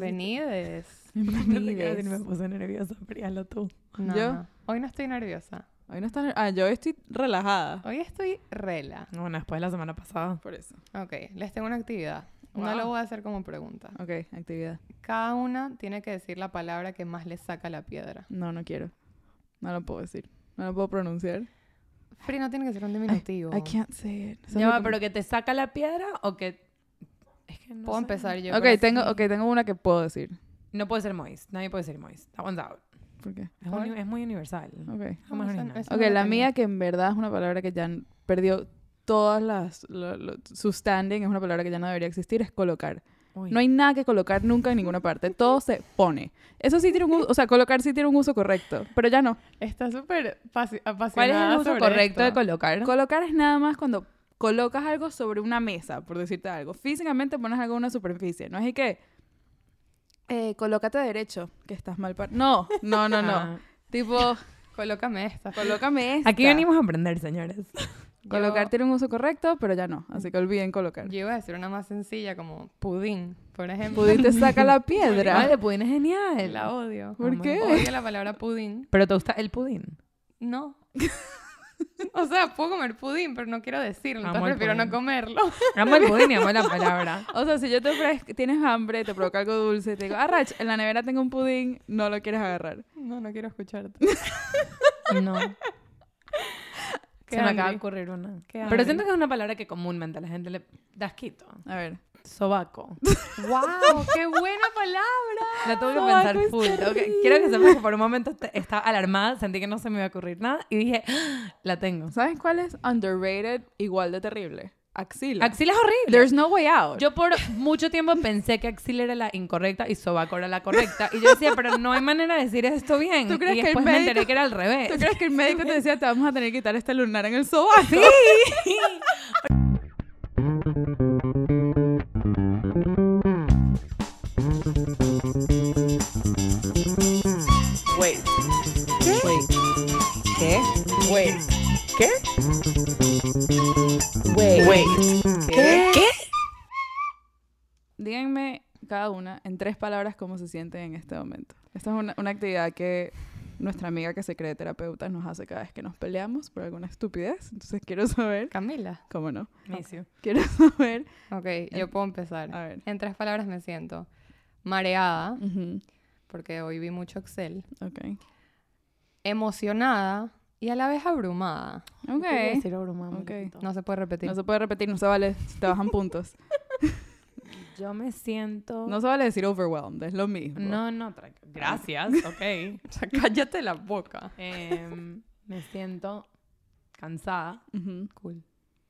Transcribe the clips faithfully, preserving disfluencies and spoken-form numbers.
Bienvenides. Bienvenides. Me puse nerviosa, pero hazlo tú. No, ¿Yo? no. Hoy no estoy nerviosa. Hoy no estás... Ah, yo estoy relajada. Hoy estoy rela. Bueno, después de la semana pasada. Por eso. Ok, les tengo una actividad. No Wow. lo voy a hacer como pregunta. Ok, actividad. Cada una tiene que decir la palabra que más le saca la piedra. No, no quiero. No lo puedo decir. No lo puedo pronunciar. Free no tiene que ser un diminutivo. I can't say it. Eso Ya es va, lo que- pero que te saca la piedra o que... Es que no Puedo sé. empezar yo. Ok, pero tengo, sí. okay, tengo una que puedo decir. No puede ser Moist. Nadie puede ser Moist. That one's out. ¿Por qué? Es, ¿Por? uni- es muy universal. Ok. No, No, más eso- original. eso- Ok, no lo la tengo. mía que en verdad es una palabra que ya n- perdió todas las... lo- lo- su standing, es una palabra que ya no debería existir, es colocar. Uy. No hay nada que colocar nunca en ninguna parte. Todo se pone. Eso sí tiene un uso... O sea, colocar sí tiene un uso correcto. Pero ya no. Está súper pasi- apasionada ¿Cuál es el uso sobre correcto de esto. colocar? Colocar es nada más cuando colocas algo sobre una mesa, por decirte algo. Físicamente pones algo en una superficie. No es y que... Eh, colócate derecho, que estás mal par... No, no, no, no. Ah. Tipo, Colócame esta. colócame esta. Aquí venimos a aprender, señores. Colocar Yo- tiene un uso correcto, pero ya no. Así que olviden colocar. Yo iba a decir una más sencilla como pudín, por ejemplo. Pudín te saca la piedra. Vale, pudín es genial. La odio. ¿Por Oh, qué? Odio la palabra pudín. Pero te gusta el pudín. No. O sea, puedo comer pudín, pero no quiero decirlo. Amo Entonces el prefiero no pudín. comerlo. Amo el pudín y amo la palabra. O sea, si yo te ofrezco, tienes hambre, te provoca algo dulce, te digo, ah, Rach, en la nevera tengo un pudín, no lo quieres agarrar. No, no quiero escucharte. No. Qué Se me acaba de hungry. ocurrir una. Qué Pero hungry. siento que es una palabra que comúnmente a la gente le da asquito. A ver. Sobaco. ¡Wow! ¡Qué buena palabra! La tuve que Sobaco pensar es full. Ok, terrible. quiero que sepas que por un momento te- estaba alarmada, sentí que no se me iba a ocurrir nada y dije, "Ah, la tengo. ¿Sabes cuál es underrated igual de terrible? Axila. Axila es horrible. There's no way out. Yo por mucho tiempo pensé que axila era la incorrecta y sobaco era la correcta. Y yo decía, pero no hay manera de decir esto bien. ¿Tú crees y que el después me médico- enteré que era al revés. ¿Tú crees que el médico te decía, te vamos a tener que quitar este lunar en el sobaco? Sí. Wait. ¿Qué? ¿Qué? Wait. ¿Qué? Wait. Wait. ¿Qué? ¿Qué? Díganme cada una en tres palabras cómo se sienten en este momento. Esta es una, una actividad que nuestra amiga que se cree terapeuta nos hace cada vez que nos peleamos por alguna estupidez. Entonces quiero saber... Camila. ¿Cómo no? Inicio. Quiero saber... Ok, yo puedo empezar. A ver. En tres palabras me siento mareada, Ujú. porque hoy vi mucho Excel, Ok. emocionada y a la vez abrumada. Ok. Quería decir abrumado, Ok. maldito. No se puede repetir. No se puede repetir, no se vale si te bajan puntos. Yo me siento... No se vale decir overwhelmed, es lo mismo. No, no, tra- gracias, ok. O sea, cállate la boca. Em, me siento cansada. Ujú. Cool.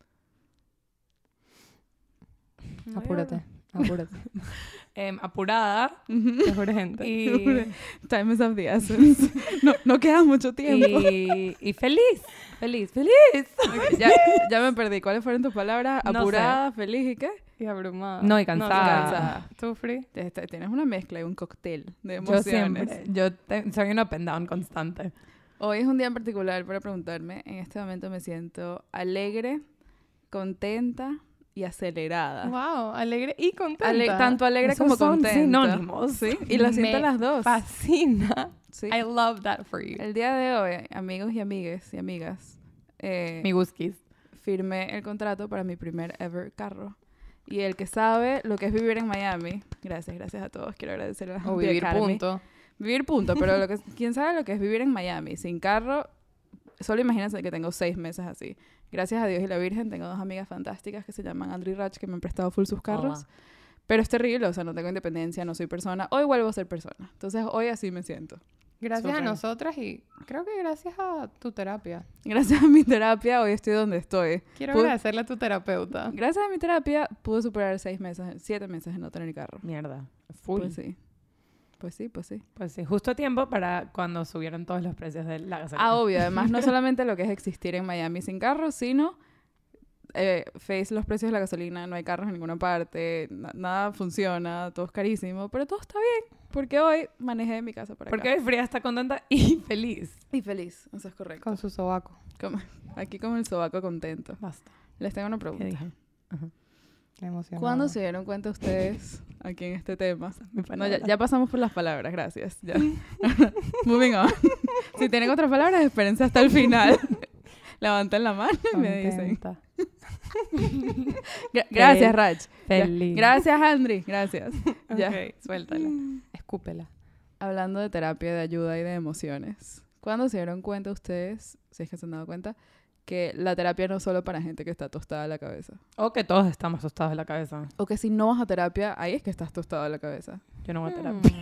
No, Apúrate, apúrate. Em, apurada. Mejor gente. Y, Time is of the essence. No, no queda mucho tiempo. y, y feliz. Feliz, feliz. Ok, ya, ya me perdí. ¿Cuáles fueron tus palabras? No sé. Apurada, feliz y qué? Y abrumada. No, y cansada. cansada. ¿Tú, Free? Este, Tienes una mezcla y un cóctel de Yo emociones. siempre, yo te- soy un up and down constante. Hoy es un día en particular para preguntarme. En este momento me siento alegre, contenta y acelerada. Wow, alegre y contenta. Ale- tanto alegre Esos como son contenta. sinónimos. Sí, y lo siento Me las dos. Fascina. Sí. I love that for you. El día de hoy, amigos y amigues y amigas, eh, Mi guskis. firmé el contrato para mi primer ever carro. Y el que sabe lo que es vivir en Miami, gracias, gracias a todos, quiero agradecer a la O Happy vivir Academy. punto. Vivir punto, pero lo que, quién sabe lo que es vivir en Miami sin carro, solo imagínense que tengo seis meses así. Gracias a Dios y la Virgen tengo dos amigas fantásticas que se llaman Andrew y Rach que me han prestado full sus carros. Hola. Pero es terrible, o sea, no tengo independencia, no soy persona. Hoy vuelvo a ser persona. Entonces hoy así me siento. Gracias a Súper. nosotras y creo que gracias a tu terapia. Gracias a mi terapia hoy estoy donde estoy. Quiero Pu- agradecerle a tu terapeuta. Gracias a mi terapia pude superar seis meses, siete meses en no tener carro. Mierda. Full. Pues sí. Pues sí, pues sí. Pues sí, justo a tiempo para cuando subieron todos los precios de la gasolina. Ah, obvio. Además, no solamente lo que es existir en Miami sin carro, sino eh, face los precios de la gasolina. No hay carros en ninguna parte. na- nada funciona. Todo es carísimo. Pero todo está bien. Porque hoy manejé de mi casa para Porque acá. hoy Frida está contenta y feliz. Y feliz. Eso es correcto. Con su sobaco. Como- aquí como el sobaco contento. Basta. Les tengo una ¿Qué pregunta. dije? Ajá. Emocionada. ¿Cuándo se dieron cuenta ustedes aquí en este tema? Mi No, ya, palabra. ya pasamos por las palabras, gracias. Ya. Moving on. Si tienen otras palabras, espérense hasta el final. Levanten la mano y me dicen. Contenta. Gra- gracias, Rach. Ya. Feliz. Gracias, Andri. Gracias. Ya. Ok, suéltala. Escúpela. Hablando de terapia, de ayuda y de emociones. ¿Cuándo se dieron cuenta ustedes, si es que se han dado cuenta, que la terapia no es solo para gente que está tostada de la cabeza? O que todos estamos tostados de la cabeza. O que si no vas a terapia, ahí es que estás tostado de la cabeza. Yo no voy a Mm. terapia.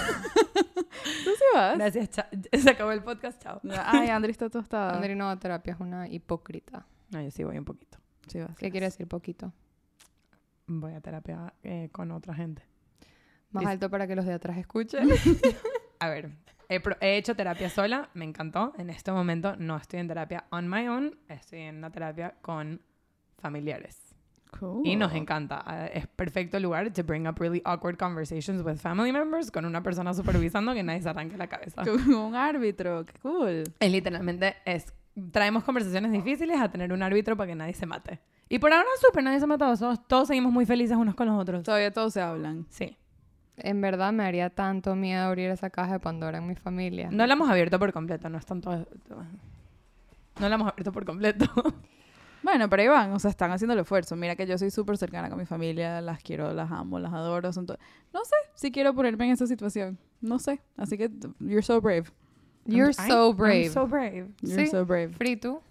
¿Tú sí vas? Gracias, chao. Se acabó el podcast, chao. Ay, Andri está tostada. Andri no va a terapia, es una hipócrita. No, yo sí voy un poquito. Sí vas. ¿Qué quiere decir poquito? Voy a terapia eh, con otra gente. Más Dis- alto para que los de atrás escuchen. A ver, he, pro- he hecho terapia sola, me encantó. En este momento no estoy en terapia on my own, estoy en una terapia con familiares. Cool. Y nos encanta. Eh, Es perfecto lugar to bring up really awkward conversations with family members con una persona supervisando que nadie se arranque la cabeza. Con un árbitro, qué cool. Es literalmente, es, traemos conversaciones difíciles a tener un árbitro para que nadie se mate. Y por ahora súper, nadie se ha matado. Todos, todos seguimos muy felices unos con los otros. Todavía todos se hablan. Sí. En verdad me haría tanto miedo abrir esa caja de Pandora en mi familia. No la hemos abierto por completo, no están todos... No la hemos abierto por completo. Bueno, pero ahí van, o sea, están haciendo el esfuerzo. Mira que yo soy súper cercana con mi familia, las quiero, las amo, las adoro. Son to- no sé si quiero ponerme en esa situación. No sé. Así que, you're so brave. You're I'm- so I'm brave. so brave. You're Sí. so brave. Free tú.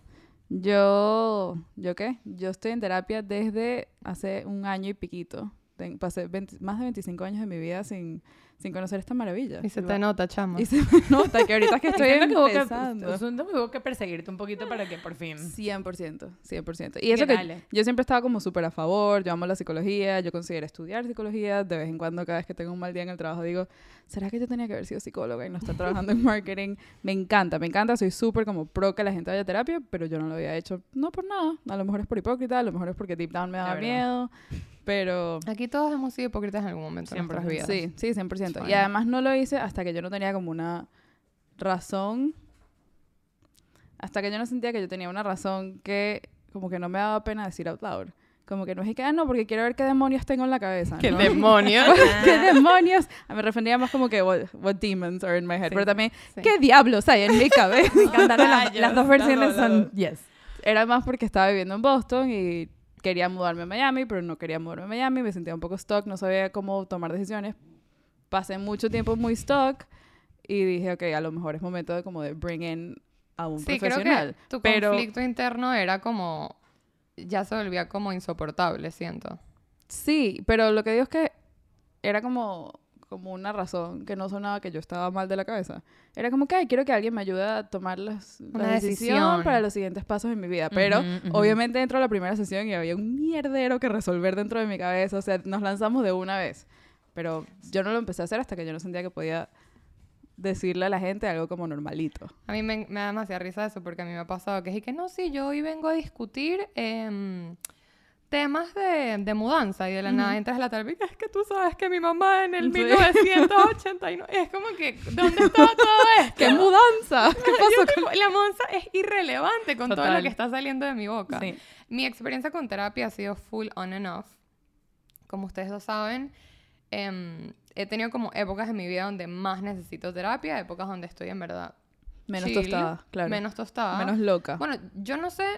Yo, ¿yo qué? Yo estoy en terapia desde hace un año y piquito. Ten- pasé veinte más de veinticinco años de mi vida sin, sin conocer esta maravilla. Y se te nota, chama. Y se me nota que ahorita es que estoy Siento que hubo que, empezando. siento que hubo que perseguirte un poquito para que por fin... cien por ciento, cien por ciento. Y eso Que que dale. yo siempre estaba como súper a favor, yo amo la psicología, yo considero estudiar psicología, de vez en cuando cada vez que tengo un mal día en el trabajo digo, ¿será que yo tenía que haber sido psicóloga y no estar trabajando en marketing? Me encanta, me encanta, soy súper como pro que la gente vaya a terapia, pero yo no lo había hecho, no por nada, a lo mejor es por hipócrita, a lo mejor es porque deep down me La daba verdad. miedo, pero... Aquí todos hemos sido hipócritas en algún momento de Siempre. nuestras vidas. Sí, sí, cien por ciento. Fine. Y además no lo hice hasta que yo no tenía como una razón, hasta que yo no sentía que yo tenía una razón que como que no me daba pena decir out loud. Como que no es que, ah, no, porque quiero ver qué demonios tengo en la cabeza. ¡Qué ¿no? demonios! ¿Qué demonios? Ah, me refería más como que what, what demons are in my head. Sí. Pero también, Sí. ¿qué diablos hay en mi cabeza? Me encantaron las, Rayos, las dos versiones las dos, las son yes. Era más porque estaba viviendo en Boston y quería mudarme a Miami, pero no quería mudarme a Miami. Me sentía un poco stuck, no sabía cómo tomar decisiones. Pasé mucho tiempo muy stuck y dije, ok, a lo mejor es momento de como de bring in a un Sí, creo profesional. que tu pero conflicto interno era como... Ya se volvía como insoportable, siento. sí, pero lo que digo es que era como, como una razón que no sonaba que yo estaba mal de la cabeza. Era como que "Ay, quiero que alguien me ayude a tomar las, la Una decisión, decisión. para los siguientes pasos en mi vida. Pero Ujú, ujú. obviamente dentro de la primera sesión y había un mierdero que resolver dentro de mi cabeza. O sea, nos lanzamos de una vez. Pero yo no lo empecé a hacer hasta que yo no sentía que podía decirle a la gente algo como normalito. A mí me, me da demasiada risa eso porque a mí me ha pasado que es que no, sí, yo hoy vengo a discutir em, temas de, de mudanza y de la nada Ujú. entras a la terapia y es que tú sabes que mi mamá en el Sí. mil novecientos ochenta y nueve... Es como que, ¿dónde estaba todo esto? ¡Qué mudanza! ¿Qué Yo pasó? tipo, la mudanza es irrelevante con todo lo Total. que está saliendo de mi boca. Sí. Mi experiencia con terapia ha sido full on and off. Como ustedes lo saben, em, he tenido como épocas en mi vida donde más necesito terapia, épocas donde estoy en verdad Menos chill, tostada, claro. menos tostada. Menos loca. Bueno, yo no sé,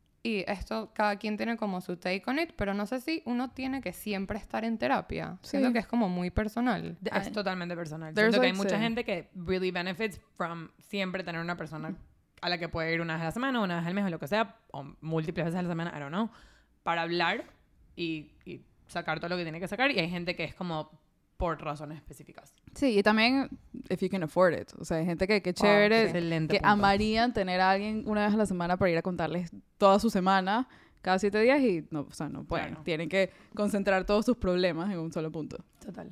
y esto cada quien tiene como su take on it, pero no sé si uno tiene que siempre estar en terapia. Siento Sí. que es como muy personal. De- Es totalmente personal. There's Siento que hay like, mucha sí. gente que really benefits from siempre tener una persona a la que puede ir una vez a la semana, una vez al mes o lo que sea, o múltiples veces a la semana, I don't know, para hablar y, y sacar todo lo que tiene que sacar. Y hay gente que es como por razones específicas. Sí, y también, if you can afford it. O sea, hay gente que, que Wow, chévere, excelente que punto. amarían tener a alguien una vez a la semana para ir a contarles toda su semana, cada siete días, y no, o sea, no pueden. Claro. Tienen que concentrar todos sus problemas en un solo punto. Total.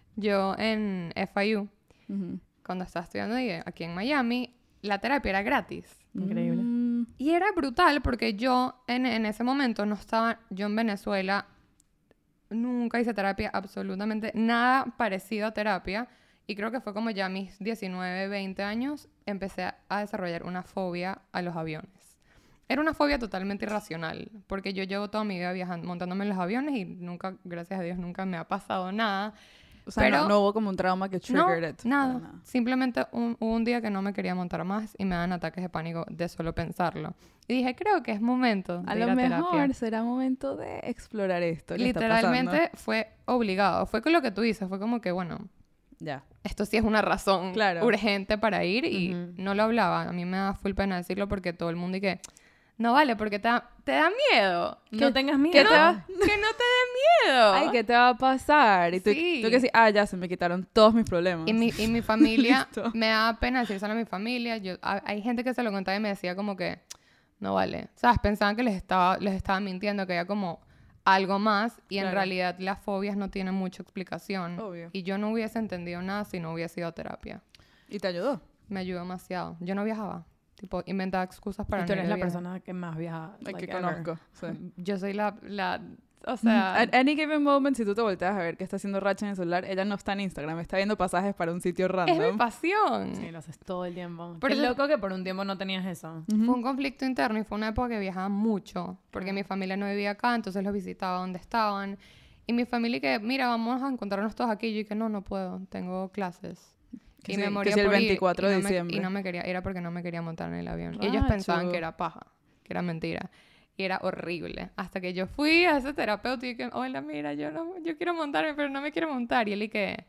Yo en F I U, Ujú. cuando estaba estudiando ahí, aquí en Miami, la terapia era gratis. Increíble. Mm, Y era brutal porque yo en, en ese momento no estaba, yo en Venezuela nunca hice terapia, absolutamente nada parecido a terapia. Y creo que fue como ya a mis diecinueve, veinte años, empecé a, a desarrollar una fobia a los aviones. Era una fobia totalmente irracional, porque yo llevo toda mi vida viajando, montándome en los aviones y nunca, gracias a Dios, nunca me ha pasado nada. O sea, Pero no, no hubo como un trauma que no, triggered it. nada. Para nada. Simplemente un, hubo un día que no me quería montar más y me dan ataques de pánico de solo pensarlo. Y dije, creo que es momento de A ir lo a mejor terapia. será momento de explorar esto. que está pasando. Literalmente fue obligado. Fue con lo que tú dices. Fue como que, bueno, Ya. esto sí es una razón Claro. urgente para ir y Ujú. no lo hablaba. A mí me da full pena decirlo porque todo el mundo y que no vale, porque te da, te da miedo. No tengas miedo. ¿Qué te va- Que no te dé miedo. Ay, ¿qué te va a pasar? Y tú, Sí. tú que sí, ah, ya se me quitaron todos mis problemas. Y mi, y mi familia, Listo. me da pena decírselo a mi familia. Yo, a- hay gente que se lo contaba y me decía como que, no vale. ¿Sabes? Pensaban que les estaba, les estaba mintiendo, que había como algo más. Y en Claro. realidad las fobias no tienen mucha explicación. Obvio. Y yo no hubiese entendido nada si no hubiese ido a terapia. ¿Y te ayudó? Me ayudó demasiado. Yo no viajaba. Tipo, inventaba excusas para Y tú no ir eres de la viaje. persona que más viaja. Ay, like, que ever. conozco. Sí. Yo soy la, la o sea, At any given moment, si tú te volteas a ver qué está haciendo Racha en el celular, ella no está en Instagram, está viendo pasajes para un sitio es mi random. pasión. Sí, lo haces todo el tiempo. Por Qué eso- loco que por un tiempo no tenías eso. Ujú. Fue un conflicto interno y fue una época que viajaba mucho, porque mi familia no vivía acá, entonces los visitaba donde estaban. Y mi familia que, mira, vamos a encontrarnos todos aquí. Y yo dije, no, no puedo, tengo clases. Que y sí, me que moría sí, el por ir, veinticuatro y de no me- diciembre. y no me quería, era porque no me quería montar en el avión. Y ellos Ah, pensaban chulo. que era paja, que era mentira. Y era horrible. Hasta que yo fui a ese terapeuta y dije, hola, mira, yo, no, yo quiero montarme, pero no me quiero montar. Y él y que,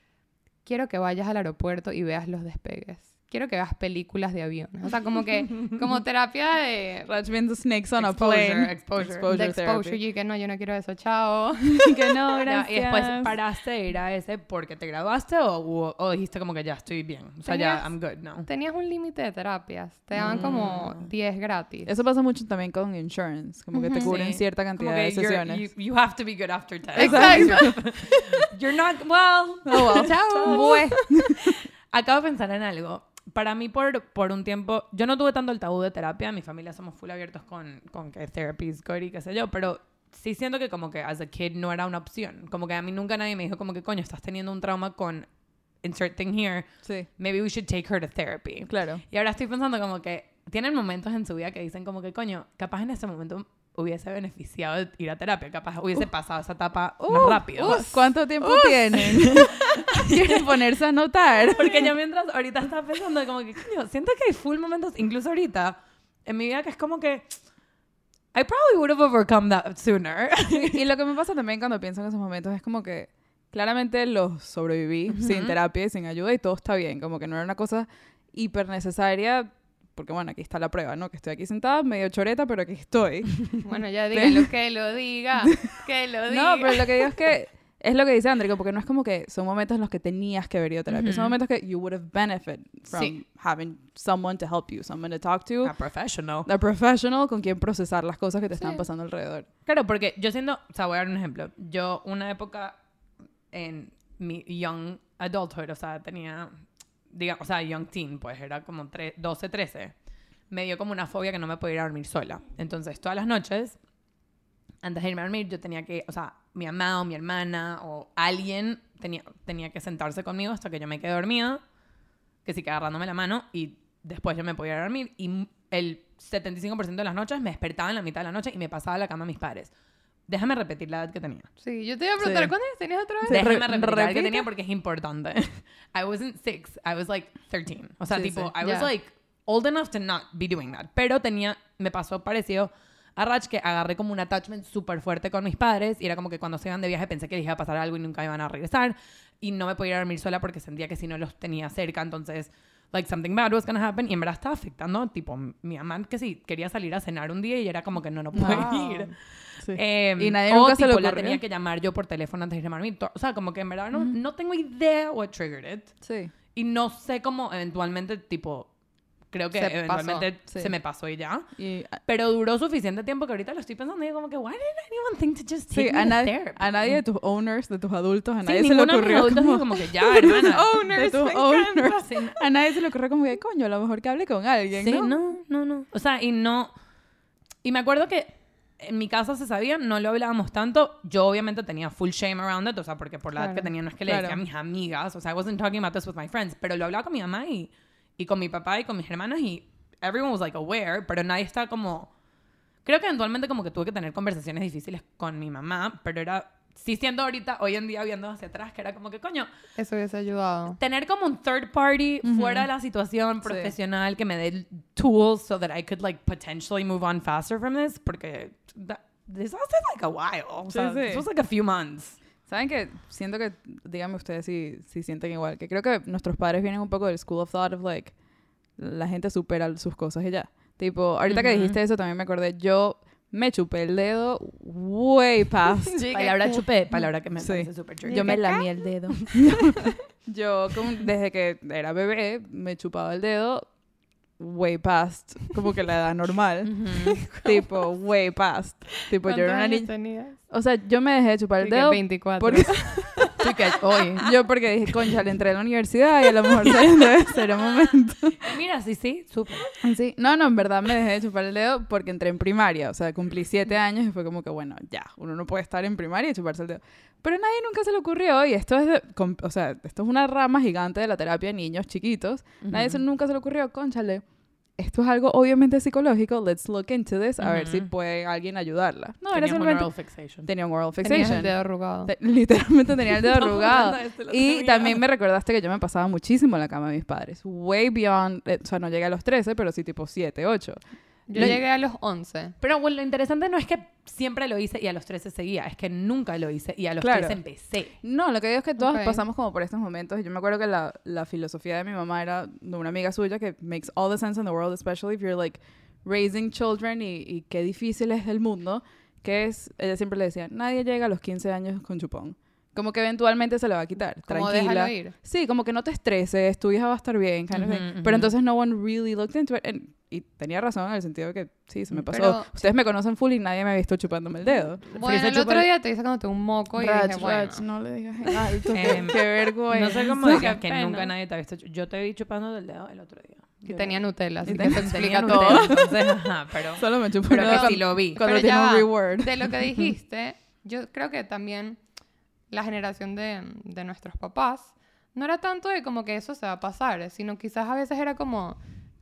quiero que vayas al aeropuerto y veas los despegues. Quiero que veas películas de aviones. O sea, como que, como terapia de, Rach viendo snakes on a Exposure, plane. exposure. de exposure. therapy. Y dije, no, yo no quiero eso, chao. que no, Ya, gracias. y después paraste de ir a ese porque te graduaste o, o, o dijiste como que ya estoy bien. O sea, ya Tenías- I'm good now. Tenías un límite de terapias. Te daban como diez gratis. Eso pasa mucho también con insurance, como que te Ujú. cubren Sí. cierta Como cantidad que de you're- sesiones. You, you have to be good after ten. Exacto. You're not, well. Oh, well. Chao. Bue. Acabo de pensar en algo. Para mí, por, por un tiempo, yo no tuve tanto el tabú de terapia. Mi familia somos full abiertos con, con que therapy is good y qué sé yo, pero sí siento que como que as a kid no era una opción. Como que a mí nunca nadie me dijo como que, coño, estás teniendo un trauma con insert thing here. Sí, Maybe we should take her to therapy. claro. Y ahora estoy pensando como que tienen momentos en su vida que dicen como que, coño, capaz en ese momento hubiese beneficiado de ir a terapia. Capaz hubiese pasado esa etapa más rápido. ¿Cu- ¿Cuánto tiempo tienen? Quieren ponerse a anotar. Porque yo mientras ahorita estaba pensando como que, coño, siento que hay full momentos, incluso ahorita, en mi vida que es como que I probably would have overcome that sooner. Y lo que me pasa también cuando pienso en esos momentos es como que claramente los sobreviví sin terapia y sin ayuda y todo está bien. Como que no era una cosa hiper necesaria. Porque bueno, aquí está la prueba, ¿no? Que estoy aquí sentada, medio choreta, pero aquí estoy. Bueno, ya díganlo, que lo diga. Que lo diga. No, pero lo que digo es que es lo que dice Andrico, porque no es como que son momentos en los que tenías que haber ido a terapia. Son Ujú. momentos que you would have benefit from Sí. having someone to help you, someone to talk to, A professional. a professional con quien procesar las cosas que te están Sí. pasando alrededor. Claro, porque yo siento, o sea, voy a dar un ejemplo. Yo, una época en mi young adulthood, o sea, tenía, digamos, o sea, young teen, pues era como tre- doce, trece. Me dio como una fobia que no me podía ir a dormir sola. Entonces, todas las noches, antes de irme a dormir, yo tenía que, o sea, mi mamá o mi hermana o alguien tenía, tenía que sentarse conmigo hasta que yo me quedé dormida, que sí que agarrándome la mano, y después yo me podía ir a dormir. Y el setenta y cinco por ciento de las noches me despertaba en la mitad de la noche y me pasaba a la cama a mis padres. Déjame repetir la edad que tenía. Sí, yo te iba a preguntar, Sí. ¿cuántos años tenías otra vez? Sí. Déjame re- repetir la edad que repite. tenía porque es importante. I wasn't six, I was like thirteen. O sea, Sí, tipo, sí. I was Ya. like old enough to not be doing that. Pero tenía, me pasó parecido a Rach que agarré como un attachment súper fuerte con mis padres y era como que cuando se iban de viaje pensé que les iba a pasar algo y nunca iban a regresar y no me podía ir a dormir sola porque sentía que si no los tenía cerca, entonces like something bad was gonna happen y en verdad estaba afectando, tipo, mi mamá que sí quería salir a cenar un día y era como que no, no puedo Wow. ir. Sí. Eh, Y nadie o, nunca se le tipo, la ocurrió. tenía que llamar yo por teléfono antes de irme a dormir. To- O sea, como que en verdad no, no tengo idea what triggered it. Sí. Y no sé cómo eventualmente, tipo, creo que Se eventualmente pasó, sí. se me pasó y ya. Y ah, Pero duró suficiente tiempo que ahorita lo estoy pensando y digo como que, why did anyone think to just sí, take me a, to nadie, therapy? a nadie de tus owners, de tus adultos, a Sí, nadie se le ninguno de mis ocurrió adultos como, dijo como que ya, hermana. de Owners, tus me encanta. owners. Sí, A nadie se le ocurrió como que, coño, a lo mejor que hable con alguien, Sí, ¿no? no, no, no. O sea, y no... Y me acuerdo que en mi casa se sabía, no lo hablábamos tanto. Yo obviamente tenía full shame around it, o sea, porque por la edad Claro. que tenía no es que le Claro. decía a mis amigas, o sea, I wasn't talking about this with my friends, pero lo hablaba con mi mamá y, y con mi papá y con mis hermanas y everyone was like aware, pero nadie está como... Creo que eventualmente como que tuve que tener conversaciones difíciles con mi mamá, pero era... Sí siendo ahorita, hoy en día, viendo hacia atrás, que era como que, coño... Eso hubiese ayudado. Tener como un third party Ujú. fuera de la situación Sí. profesional que me dé tools so that I could, like, potentially move on faster from this, porque... That, this was like a while. O Sí, sea, sí. this was like a few months. ¿Saben qué? Siento que, díganme ustedes si, si sienten igual, que creo que nuestros padres vienen un poco del school of thought of like, la gente supera sus cosas y ya. Tipo, ahorita que Ujú. dijiste eso también me acordé, yo me chupé el dedo way past. Palabra chupé, palabra que me Sí. parece súper tricky. Yo me lamí el dedo. Yo, como, desde que era bebé, me chupaba el dedo way past, como que la edad normal. Ujú. Tipo, way past. Tipo, yo era una niña. tenías? O sea, yo me dejé de chupar el Sí, que dedo veinticuatro. porque Sí, que hoy. yo porque dije, concha, le entré a la universidad y a lo mejor debe ser un momento. Mira, sí, sí, súper. Sí. No, no, en verdad me dejé de chupar el dedo porque entré en primaria. O sea, cumplí siete años y fue como que, bueno, ya, uno no puede estar en primaria y chuparse el dedo. Pero a nadie nunca se le ocurrió, y esto es, de, com- o sea, esto es una rama gigante de la terapia de niños chiquitos. Nadie se, nunca se le ocurrió, cónchale, esto es algo obviamente psicológico, let's look into this, a ver si Ujú. puede alguien ayudarla. No, era Tenías un simplemente... oral fixation. Tenía un oral Tenías fixation. el dedo arrugado. Te- literalmente tenía el dedo Estamos arrugado. hablando de esto el otro Y día. también me recordaste que yo me pasaba muchísimo en la cama de mis padres. Way beyond, eh, o sea, no llegué a los trece, pero sí tipo siete, ocho. Yo Lo- llegué a los once. Pero bueno, lo interesante no es que siempre lo hice y a los trece seguía, es que nunca lo hice y a los Claro. trece empecé. No, lo que digo es que todos Ok. pasamos como por estos momentos. Y yo me acuerdo que la, la filosofía de mi mamá era de una amiga suya que makes all the sense in the world, especially if you're like raising children y, y qué difícil es el mundo, que es, ella siempre le decía, nadie llega a los quince años con chupón. Como que eventualmente se le va a quitar. Como Tranquila. déjalo ir. Sí, como que no te estreses, tu hija va a estar bien, kind of Ujú, thing. ujú. Pero entonces no one really looked into it. And- y tenía razón en el sentido de que sí, se me pasó. Pero- Ustedes me conocen full y nadie me ha visto chupándome el dedo. Bueno, se el chupa otro el- día te hice cuando tuve un moco y Rach, dije, bueno. Rach, no le digas en alto. Em, qué vergüenza. No sé cómo Qué digas que pena. nunca nadie te ha visto. Yo te vi chupando del dedo el otro día. Que tenía Nutella, así Y que tenía- eso Tenía explica Nutella, todo. entonces, ajá, pero... Solo me chupo Pero el que dedo sí lo vi. cuando Pero tiene ya un va. reward. De lo que dijiste, yo creo que también la generación de, de nuestros papás no era tanto de como que eso se va a pasar, sino quizás a veces era como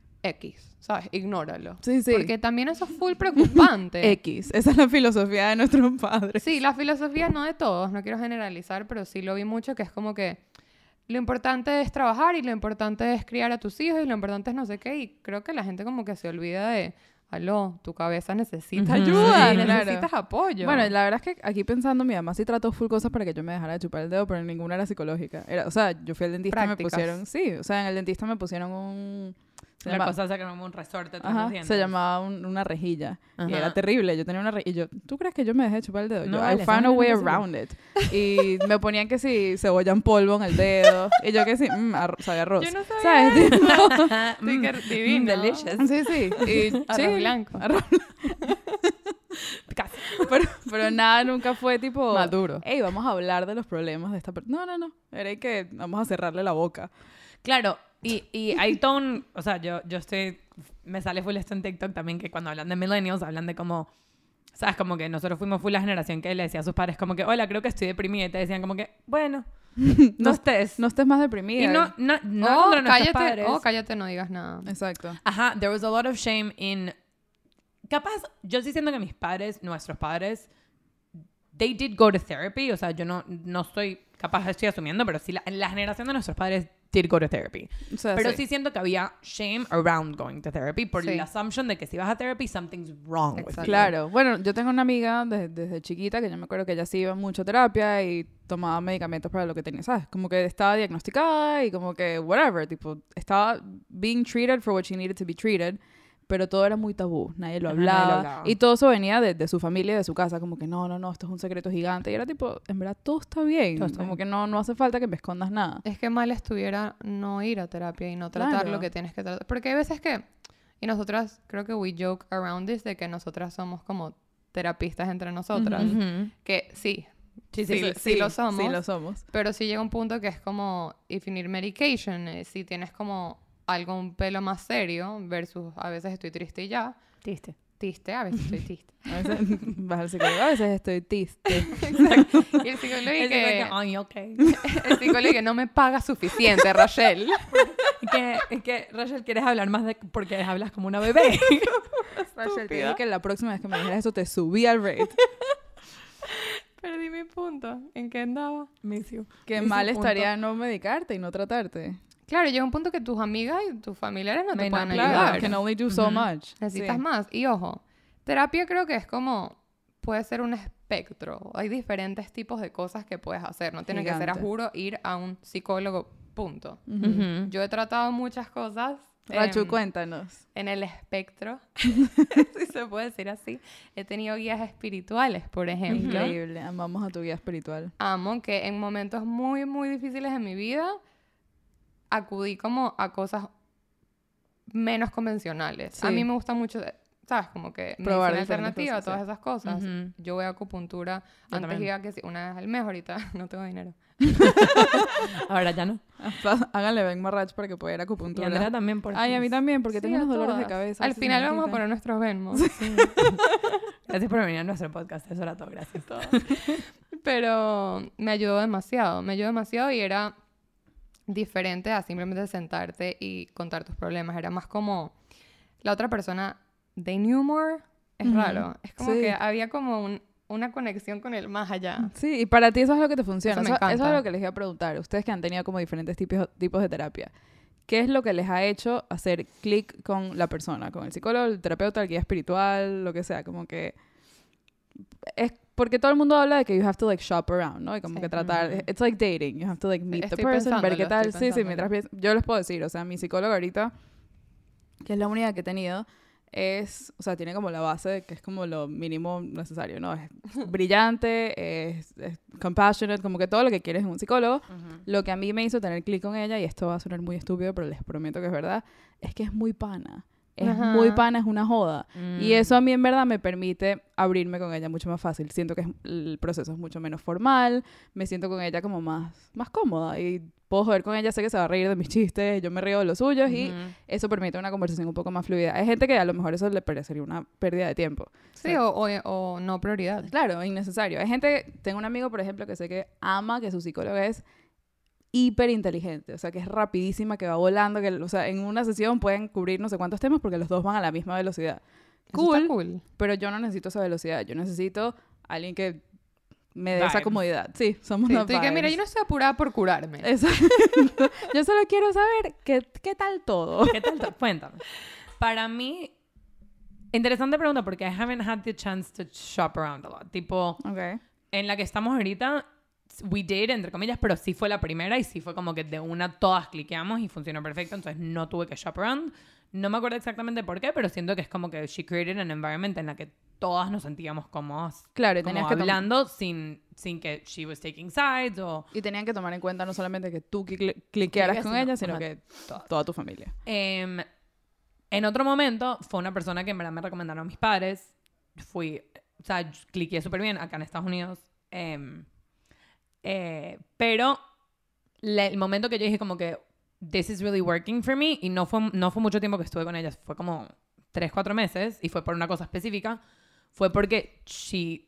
X, ¿sabes? Ignóralo. Sí, sí. Porque también eso es full preocupante. X. Esa es la filosofía de nuestros padres. Sí, la filosofía no de todos, no quiero generalizar, pero sí lo vi mucho, que es como que lo importante es trabajar y lo importante es criar a tus hijos y lo importante es no sé qué, y creo que la gente como que se olvida de, aló, tu cabeza necesita Ujú. ayuda, Sí, necesitas claro. apoyo. Bueno, la verdad es que aquí pensando, mi mamá sí trató full cosas para que yo me dejara de chupar el dedo, pero ninguna era psicológica. Era, o sea, yo fui al dentista y me Prácticas. pusieron... Sí, o sea, en el dentista me pusieron un... se La llama- cosa es que como un resorte tras Ajá, los dientes. se llamaba un- una rejilla. Y Ajá. era terrible. Yo tenía una rejilla. Y yo, ¿tú crees que yo me dejé de chupar el dedo? No, yo, vale, I found esa a vaina way no es around it. Y me ponían que si cebolla en polvo en el dedo. Y yo que sí, mm, arro- sabía arroz. Yo no sabía ¿Sabes? Tipo, Sí, qué Mm, divino. mm, delicious. sí, sí. Y, Arroz sí, blanco. arroz- Casi. pero, pero nada, nunca fue tipo... Maduro. Hey, vamos a hablar de los problemas de esta persona. No, no, no. Era que vamos a cerrarle la boca. Claro, y, y hay todo un... O sea, yo, yo estoy... Me sale full esto en TikTok también, que cuando hablan de millennials, hablan de como... ¿Sabes? Como que nosotros fuimos full la generación que le decía a sus padres como que, hola, creo que estoy deprimida. Y te decían como que, bueno, no, No estés. No estés más deprimida. y no, no, no oh, contra nuestros cállate, padres. oh, cállate, no digas nada. Exacto. Ajá, there was a lot of shame in... Capaz, yo sí siento que mis padres, nuestros padres, they did go to therapy. O sea, yo no, no estoy... Capaz estoy asumiendo, pero sí, la, la generación de nuestros padres did go to therapy. O sea, Pero sí. sí siento que había shame around going to therapy por Sí. la assumption de que si vas a therapy, something's wrong with Exacto. you. Claro, bueno, yo tengo una amiga desde, desde chiquita que yo me acuerdo que ella sí iba mucho a terapia y tomaba medicamentos para lo que tenía, ¿sabes? Como que estaba diagnosticada y como que whatever, tipo, estaba being treated for what she needed to be treated, pero todo era muy tabú, nadie lo Ajá, nadie lo hablaba, hablaba. y todo eso venía de, de su familia y de su casa, como que no, no, no, esto es un secreto gigante, y era tipo, en verdad todo está bien, Todo está como bien. que no, no hace falta que me escondas nada. Es que mal estuviera no ir a terapia y no tratar Claro. lo que tienes que tratar. Porque hay veces que, y nosotras, creo que we joke around this, de que nosotras somos como terapistas entre nosotras. Ujú. Que sí, Sí, sí, sí, sí, lo somos. Sí, lo somos. Pero sí llega un punto que es como, if you need medication, eh, si tienes como algo, un pelo más serio, versus a veces estoy triste y ya. Triste. Triste, a veces estoy triste. A veces vas al psicólogo, a veces estoy triste. Exacto. Y el psicólogo y Es que, que, "Ay, okay". el psicólogo y que no me paga suficiente, Rachel. que, es que, Rachel, ¿quieres hablar más de porque hablas como una bebé? Rachel, te dije que la próxima vez que me dijeras eso te subí al rate. Perdí mi punto. ¿En qué andaba? Miss you. Que Miss mal you, punto. estaría no medicarte y no tratarte. Claro, llega un punto que tus amigas y tus familiares no te Me- pueden claro, ayudar. Can only do so Ujú. much. Necesitas Sí. más. Y ojo, terapia creo que es como... Puede ser un espectro. Hay diferentes tipos de cosas que puedes hacer. No tiene que ser, a Gigante. juro, ir a un psicólogo, punto. Ujú. Ujú. Yo he tratado muchas cosas... Rachu, em, cuéntanos. en el espectro, si se puede decir así. He tenido guías espirituales, por ejemplo. Increíble. Amamos a tu guía espiritual. Amo que en momentos muy, muy difíciles de mi vida acudí como a cosas menos convencionales. A Sí. mí me gusta mucho, ¿sabes? Como que Probar medicina diferentes alternativa, cosas, todas sí. esas cosas. Ujú. Yo voy a acupuntura. Yo Antes también. iba que sí, una vez al mes, ahorita no tengo dinero. Ahora ya no. Háganle ven Marrach para que pueda ir a Y acupuntura. Andrea también, por Ay, a mí también, porque Sí, tengo a unos dolores de todas. cabeza. Al esa final vamos a semanita. poner nuestros Venmos. Gracias por venir a nuestro podcast. Eso era todo. Gracias. Pero me ayudó demasiado, me ayudó demasiado y era diferente a simplemente sentarte y contar tus problemas. Era más como la otra persona, they knew more, es Ujú. raro. Es como Sí. que había como un- una conexión con el más allá. Sí, y para ti eso es lo que te funciona. Eso me Eso, eso es encanta. lo que les iba a preguntar. Ustedes que han tenido como diferentes tipos, tipos de terapia. ¿Qué es lo que les ha hecho hacer clic con la persona? Con el psicólogo, el terapeuta, el guía espiritual, lo que sea. Como que... Es porque todo el mundo habla de que you have to like shop around, ¿no? Y como Sí. que tratar... Ujú. It's like dating. You have to like meet the Estoy person, ver qué pensándolo, tal. estoy Sí, sí, pensándolo. mientras... piens- Yo les puedo decir, o sea, mi psicólogo ahorita, que es la única que he tenido, es... O sea, tiene como la base de que es como lo mínimo necesario, ¿no? Es brillante, es, es compassionate, como que todo lo que quieres en un psicólogo. Lo que a mí me hizo tener clic con ella, y esto va a sonar muy estúpido, pero les prometo que es verdad, es que es muy pana. Es Ajá. muy pana, es una joda. Mm. Y eso a mí en verdad me permite abrirme con ella mucho más fácil. Siento que es- el proceso es mucho menos formal, me siento con ella como más, más cómoda y puedo joder con ella, sé que se va a reír de mis chistes, yo me río de los suyos y Ujú. eso permite una conversación un poco más fluida. Hay gente que a lo mejor eso le parecería una pérdida de tiempo. Sí, o, o, o no prioridad. Claro, innecesario. Hay gente, tengo un amigo, por ejemplo, que sé que ama que su psicólogo es hiper inteligente, o sea, que es rapidísima, que va volando, que, o sea, en una sesión pueden cubrir no sé cuántos temas porque los dos van a la misma velocidad. Eso Cool, está cool. pero yo no necesito esa velocidad, yo necesito alguien que me dé esa Vibes. comodidad. Sí, somos Sí, las tú y que, mira, vibes. yo no estoy apurada por curarme. Exacto. Yo solo quiero saber qué, qué tal todo. ¿Qué tal? to- Cuéntame. Para mí, interesante pregunta porque I haven't had the chance to shop around a lot. Tipo, Ok. en la que estamos ahorita, we did, entre comillas, pero sí fue la primera y sí fue como que de una todas cliqueamos y funcionó perfecto, entonces no tuve que shop around. No me acuerdo exactamente por qué, pero siento que es como que she created an environment en la que todas nos sentíamos cómodas. Claro, y Como tenías que tom- hablando sin, sin que she was taking sides o... Y tenían que tomar en cuenta no solamente que tú cli- cliquearas Cliques, con sino- ella, sino ajá, que todas. toda tu familia. Em, en otro momento fue una persona que en verdad me recomendaron mis padres. Fui, o sea, cliqué súper bien acá en Estados Unidos. Em, eh, pero la- el momento que yo dije como que this is really working for me y no fue, no fue mucho tiempo que estuve con ella, fue como tres, cuatro meses y fue por una cosa específica, fue porque she,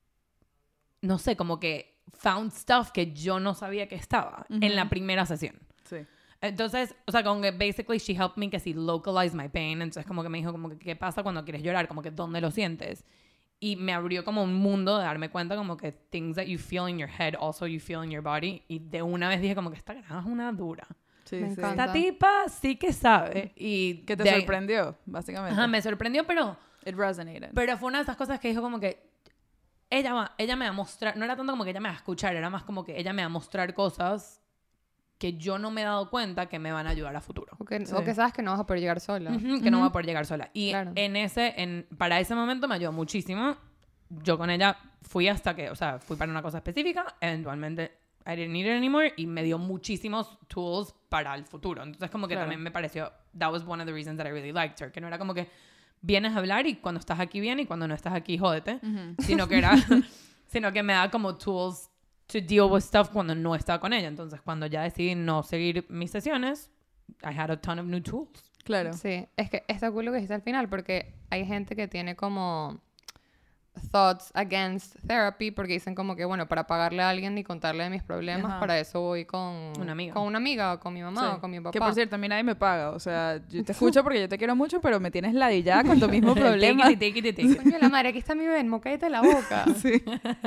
no sé, como que found stuff que yo no sabía que estaba en la Ujú. primera sesión. Sí. Entonces, o sea, como que basically she helped me que si localize my pain. Entonces, como que me dijo como que qué pasa cuando quieres llorar, como que dónde lo sientes. Y me abrió como un mundo de darme cuenta como que things that you feel in your head also you feel in your body. Y de una vez dije como que esta grada es una dura. Sí, Me sí. encanta. Esta tipa sí que sabe. Y Que te de- sorprendió, básicamente. Ajá, me sorprendió, pero, It resonated. pero fue una de esas cosas que dijo como que ella, va, ella me va a mostrar, no era tanto como que ella me va a escuchar, era más como que ella me va a mostrar cosas que yo no me he dado cuenta que me van a ayudar a futuro. O que, Sí. o que sabes que no vas a poder llegar sola. Ujú, que no Ujú. va a poder llegar sola. Y Claro. en ese, en, para ese momento me ayudó muchísimo. Yo con ella fui hasta que, o sea, fui para una cosa específica, eventualmente I didn't need it anymore y me dio muchísimos tools para el futuro. Entonces como que Claro. también me pareció, that was one of the reasons that I really liked her, que no era como que vienes a hablar y cuando estás aquí bien y cuando no estás aquí jódete, Ujú. sino que era, sino que me da como tools to deal with stuff cuando no estaba con ella. Entonces cuando ya decidí no seguir mis sesiones, I had a ton of new tools. Claro. Sí, es que está cool lo que dijiste al final, porque hay gente que tiene como thoughts against therapy porque dicen como que, bueno, para pagarle a alguien y contarle de mis problemas, Ajá. para eso voy con Una amiga. con una amiga, o con mi mamá, Sí. o con mi papá. Que por cierto, a mí nadie me paga. O sea, yo te escucho porque yo te quiero mucho, pero me tienes ladillada con tu mismo problema. Take it, take it, take it. Coño de la madre, aquí está mi Venmo, cállate la boca. Sí.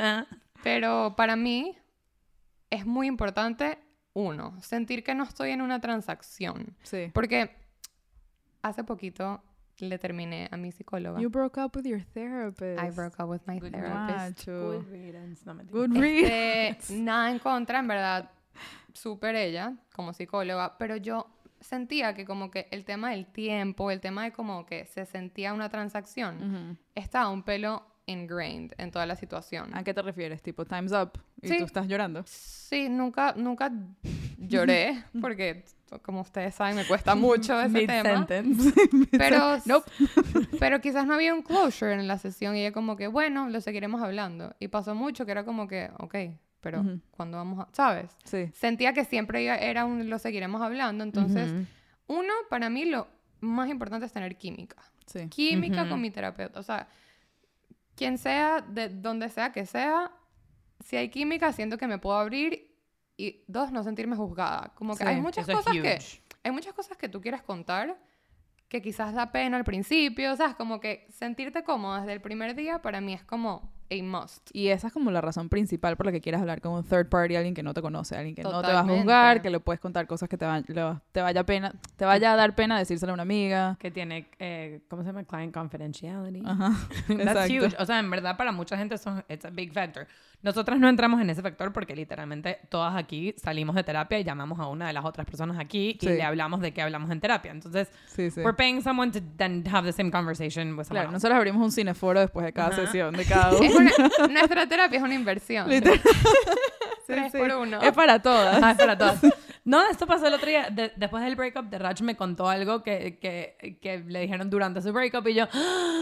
Pero para mí es muy importante, uno, sentir que no estoy en una transacción. Sí. Porque hace poquito le terminé a mi psicóloga. You broke up with your therapist. I broke up with my Good therapist. Macho. Good riddance. No, mentira. Good read. Este, nada en contra, en verdad, súper ella como psicóloga, pero yo sentía que como que el tema del tiempo, el tema de como que se sentía una transacción, Ujú. estaba un pelo ingrained en toda la situación. ¿A qué te refieres? Tipo, time's up. Y Sí. tú estás llorando. Sí, nunca, nunca lloré, porque como ustedes saben, me cuesta mucho ese tema. Mid-sentence. Pero, Nope. pero quizás no había un closure en la sesión y ella como que, bueno, lo seguiremos hablando. Y pasó mucho que era como que, ok, pero Ujú. ¿cuándo vamos a...? ¿Sabes? Sí. Sentía que siempre iba- era un lo seguiremos hablando. Entonces, Ujú. uno, para mí lo más importante es tener química. Sí. Química Ujú. con mi terapeuta. O sea, quien sea, de donde sea que sea, si hay química, siento que me puedo abrir y dos, no sentirme juzgada. Como que Sí, hay muchas Eso es cosas que... huge. Hay muchas cosas que tú quieres contar que quizás da pena al principio, o sea, es como que sentirte cómodo desde el primer día para mí es como a must. Y esa es como la razón principal por la que quieres hablar con un third party, alguien que no te conoce, alguien que no te va a Totalmente. juzgar, que le puedes contar cosas que te, va- le- te vaya pena, te vaya a dar pena decírselo a una amiga. Que tiene, eh, ¿cómo se llama? Client confidentiality. Ajá. That's Exacto. huge. O sea, en verdad para mucha gente eso es a big factor. Nosotras no entramos en ese factor porque literalmente todas aquí salimos de terapia y llamamos a una de las otras personas aquí y Sí. le hablamos de qué hablamos en terapia. Entonces, Sí, sí. we're paying someone to then have the same conversation with someone Claro, else. nosotros abrimos un cineforo después de cada Ajá. sesión de cada Es uno. una- nuestra terapia es una inversión. Literal. Tres Sí, por sí. uno. Es para todas. Ah, es para todas. No, esto pasó el otro día. De- después del breakup, de Raj me contó algo que, que, que le dijeron durante su breakup y yo, ¡ah!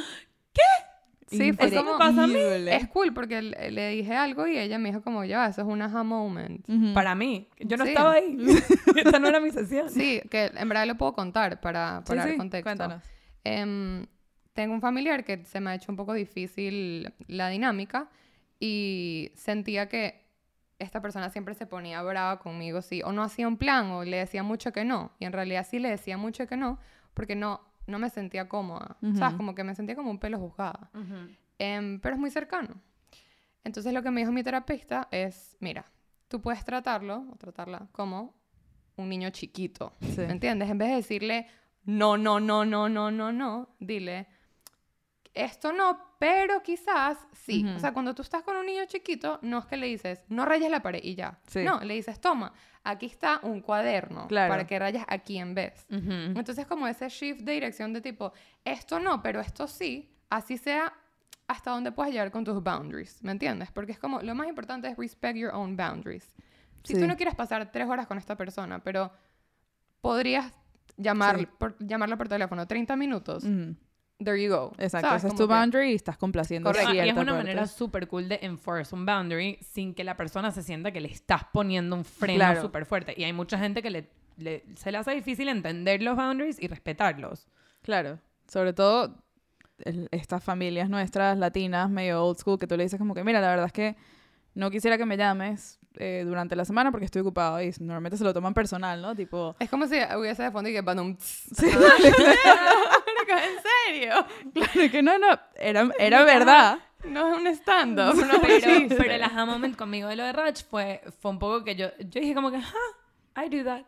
Sí, fue ¿Eso me como... pasa a mí? Increíble. Es cool porque le, le dije algo y ella me dijo como, ya, eso es un aha moment. Ujú. para mí, yo no Sí. estaba ahí. Esta no era mi sesión. Sí, que en verdad lo puedo contar para, Sí, para dar sí, contexto. cuéntanos. Em, tengo un familiar que se me ha hecho un poco difícil la dinámica y sentía que esta persona siempre se ponía brava conmigo, sí, o no hacía un plan o le decía mucho que no. Y en realidad sí le decía mucho que no porque no, no me sentía cómoda. Ujú. ¿Sabes? Como que me sentía como un pelo juzgada. Em, pero es muy cercano. Entonces lo que me dijo mi terapeuta es, mira, tú puedes tratarlo o tratarla como un niño chiquito. Sí. ¿Me entiendes? En vez de decirle no, no, no, no, no, no, no, dile esto no, pero quizás sí. Ujú. O sea, cuando tú estás con un niño chiquito, no es que le dices, no rayes la pared y ya. Sí. No, le dices, toma, aquí está un cuaderno Claro. para que rayes aquí en vez. Ujú. Entonces, como ese shift de dirección de tipo, esto no, pero esto sí, así sea hasta donde puedas llegar con tus boundaries, ¿me entiendes? Porque es como, lo más importante es respect your own boundaries. Si Sí. tú no quieres pasar tres horas con esta persona, pero podrías llamar, Sí. por, llamarla por teléfono treinta minutos, Ujú. there you go. Exacto, ¿Sabes? esa es Como tu que- boundary y estás complaciendo Correcto. Ah, y es cierta una parte. manera súper cool de enforce un boundary sin que la persona se sienta que le estás poniendo un freno Claro. súper fuerte. Y hay mucha gente que le, le- se le hace difícil entender los boundaries y respetarlos. Claro, sobre todo el- estas familias nuestras latinas, medio old school, que tú le dices como que, mira, la verdad es que no quisiera que me llames eh, durante la semana porque estoy ocupado y normalmente se lo toman personal, ¿no? Tipo, Es como si hubiese de fondo y que badum, tss. sí, Pero que, ¿en serio? claro que no, no, era, era verdad. No es un stand-up. No, Pero, pero el aha moment conmigo de lo de Raj fue, fue un poco que yo, yo dije como que, ah, I do that.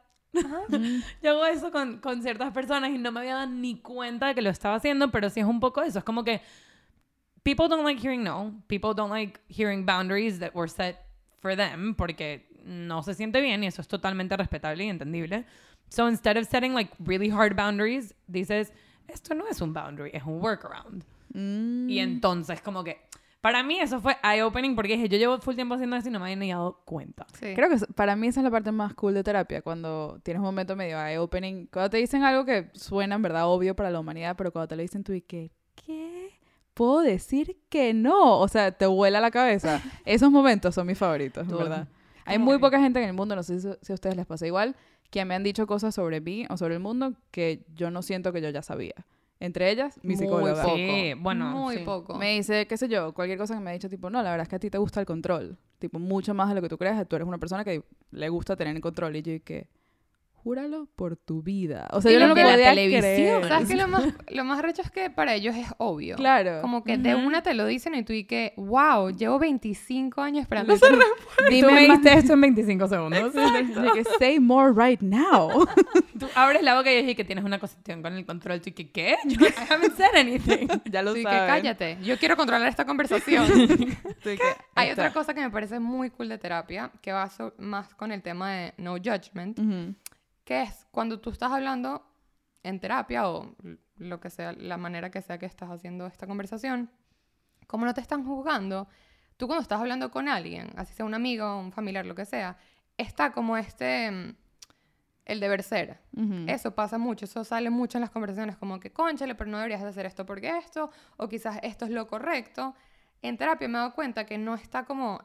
Yo hago eso con, con ciertas personas y no me había dado ni cuenta de que lo estaba haciendo, pero sí es un poco eso. Es como que people don't like hearing no. People don't like hearing boundaries that were set for them porque no se siente bien y eso es totalmente respetable y entendible. So instead of setting like really hard boundaries, dices, esto no es un boundary, es un workaround. Mm. Y entonces como que para mí eso fue eye-opening porque dije, yo llevo full tiempo haciendo eso y no me había ni dado cuenta. Sí. Creo que es- para mí esa es la parte más cool de terapia, cuando tienes un momento medio eye-opening, cuando te dicen algo que suena en verdad obvio para la humanidad, pero cuando te lo dicen tú y que, ¿qué? ¿Puedo decir que no? O sea, te vuela la cabeza. Esos momentos son mis favoritos, en Todo. verdad. Hay Como muy que- poca gente en el mundo, no sé si, si a ustedes les pasa igual, que me han dicho cosas sobre mí o sobre el mundo que yo no siento que yo ya sabía. Entre ellas, mi Muy psicóloga. poco. Sí, bueno, Muy sí. poco. Me dice, qué sé yo, cualquier cosa que me ha dicho, tipo, no, la verdad es que a ti te gusta el control. Tipo, mucho más de lo que tú crees. Tú eres una persona que le gusta tener el control. Y yo dije, júralo por tu vida. O sea, Y yo lo no lo que la podía televisión, creer. ¿Sabes qué? Lo más, lo más recho es que para ellos es obvio. Claro. Como que de Ujú. una te lo dicen y tú y que, wow, llevo veinticinco años esperando. No se esto". Y tú Dime me más. diste esto en veinticinco segundos. Yo que say more right now. Tú abres la boca y dices que tienes una cuestión con el control. Tú y que, ¿qué? Yo, I haven't said anything. Ya lo Tú y que saben. cállate, yo quiero controlar esta conversación. Tú y que, Hay ahí otra está. cosa que me parece muy cool de terapia, que va so- más con el tema de no judgment, Ujú. que es cuando tú estás hablando en terapia o lo que sea, la manera que sea que estás haciendo esta conversación, como no te están juzgando, tú cuando estás hablando con alguien, así sea un amigo, un familiar, lo que sea, está como este, mm, el deber ser. Ujú. Eso pasa mucho, eso sale mucho en las conversaciones, como que, cónchale, pero no deberías de hacer esto porque esto, o quizás esto es lo correcto. En terapia me he dado cuenta que no está como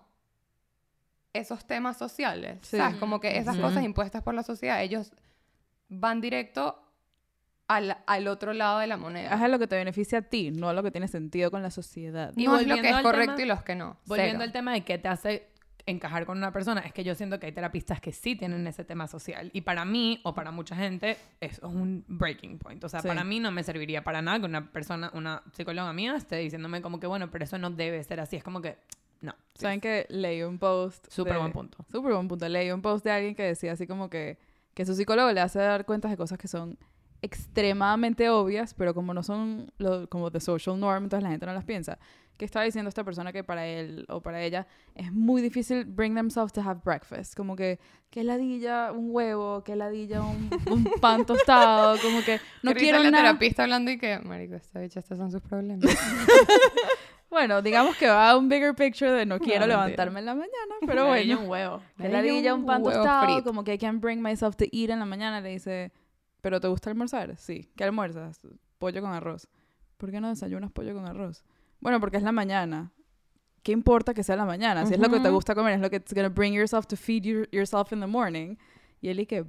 esos temas sociales, Sí. ¿sabes? Como que esas Ujú. cosas impuestas por la sociedad, ellos van directo al, al otro lado de la moneda. Haz lo que te beneficia a ti, no a lo que tiene sentido con la sociedad. Y no es lo que volviendo es al correcto tema- y los que no. Volviendo Cero. al tema de qué te hace encajar con una persona, es que yo siento que hay terapistas que sí tienen ese tema social. Y para mí, o para mucha gente, eso es un breaking point. O sea, Sí. para mí no me serviría para nada que una persona, una psicóloga mía esté diciéndome como que, bueno, pero eso no debe ser así. Es como que, no. ¿Saben que leí un post? Súper de- buen punto. Súper buen punto. Leí un post de alguien que decía así como que, que su psicólogo le hace dar cuentas de cosas que son extremadamente obvias, pero como no son lo, como the social norm, entonces la gente no las piensa. Que estaba diciendo esta persona que para él o para ella es muy difícil bring themselves to have breakfast. Como que, que ladilla un huevo, que ladilla un, un pan tostado, como que no Qué risa quiero la nada. terapista hablando y que, marico, esta bicha, estos son sus problemas. Bueno, digamos que va a un bigger picture de no quiero mentira. levantarme en la mañana, pero Ladilla bueno. un huevo. Que Ladilla ladilla un un pan huevo tostado, frito. como que I can bring myself to eat en la mañana. Le dice, ¿pero te gusta almorzar? Sí. ¿Qué almuerzas? Pollo con arroz. ¿Por qué no desayunas pollo con arroz? Bueno, porque es la mañana. ¿Qué importa que sea la mañana? Si es lo que te Ujú. gusta comer, es lo que it's gonna bring yourself to feed your- yourself in the morning. Y él y que,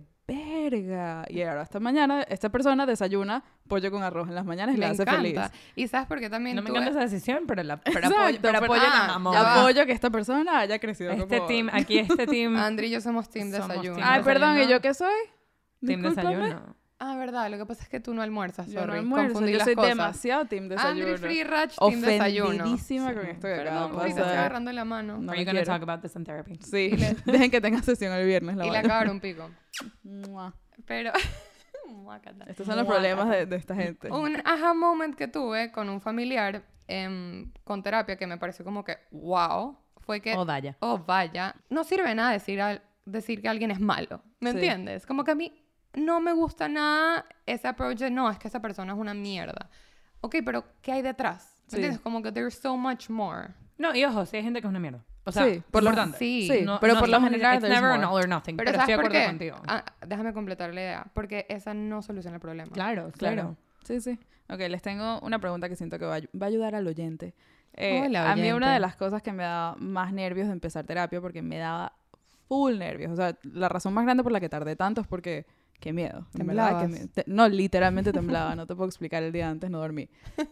verga. Y ahora esta mañana, esta persona desayuna pollo con arroz en las mañanas y le Me hace encanta. feliz. Y sabes por qué también No me tú encanta ves- esa decisión, pero, la, pero Exacto, apoyo, pero pero- apoyo ah, la amo. ya va. Apoyo que esta persona haya crecido Este como... team, aquí este team, Andri y yo somos team Somos desayuno. team Ay, perdón, ¿y desayuno. yo qué soy? team Discúlpame. desayuno. Ah, verdad, lo que pasa es que tú no almuerzas, Yo sorry. no almuerzo, Confundí yo las soy cosas. demasiado team desayuno. Andri Free Rach, team desayuno. Ofendidísima con esto que acaba Perdón, de Free, te estoy pasar. agarrando la mano. No Are me you gonna quiero. talk about this in therapy? Sí, dejen que tenga sesión el viernes. La Y le vaina. acabaron un pico. Mua. Pero... Muácata. Estos son los problemas de, de esta gente. Un aha moment que tuve con un familiar em, con terapia que me pareció como que wow, fue que, Oh, vaya. oh vaya, no sirve de nada decir, al- decir que alguien es malo, ¿me Sí. entiendes? Como que a mí no me gusta nada ese approach de no, es que esa persona es una mierda. Ok, pero ¿qué hay detrás? ¿Me Sí. entiendes? Como que there's so much more. No, y ojo, si hay gente que es una mierda. O sea, Sí, por lo- importante. sí, sí, pero por lo estamos- general it's there's never more. an all or nothing. Pero, Pero, ¿sabes estoy de por acuerdo qué? contigo. Ah, déjame completar la idea, porque esa no soluciona el problema. Claro, Claro. claro. Sí, sí. Ok, les tengo una pregunta que siento que va a, va a ayudar al oyente. Eh, Hola, A mí oyente. una de las cosas que me daba más nervios de empezar terapia, porque me daba full nervios. O sea, la razón más grande por la que tardé tanto es porque... Qué miedo. En verdad, qué Temblabas. miedo. Te- no, literalmente temblaba. No te puedo explicar el día antes, no dormí.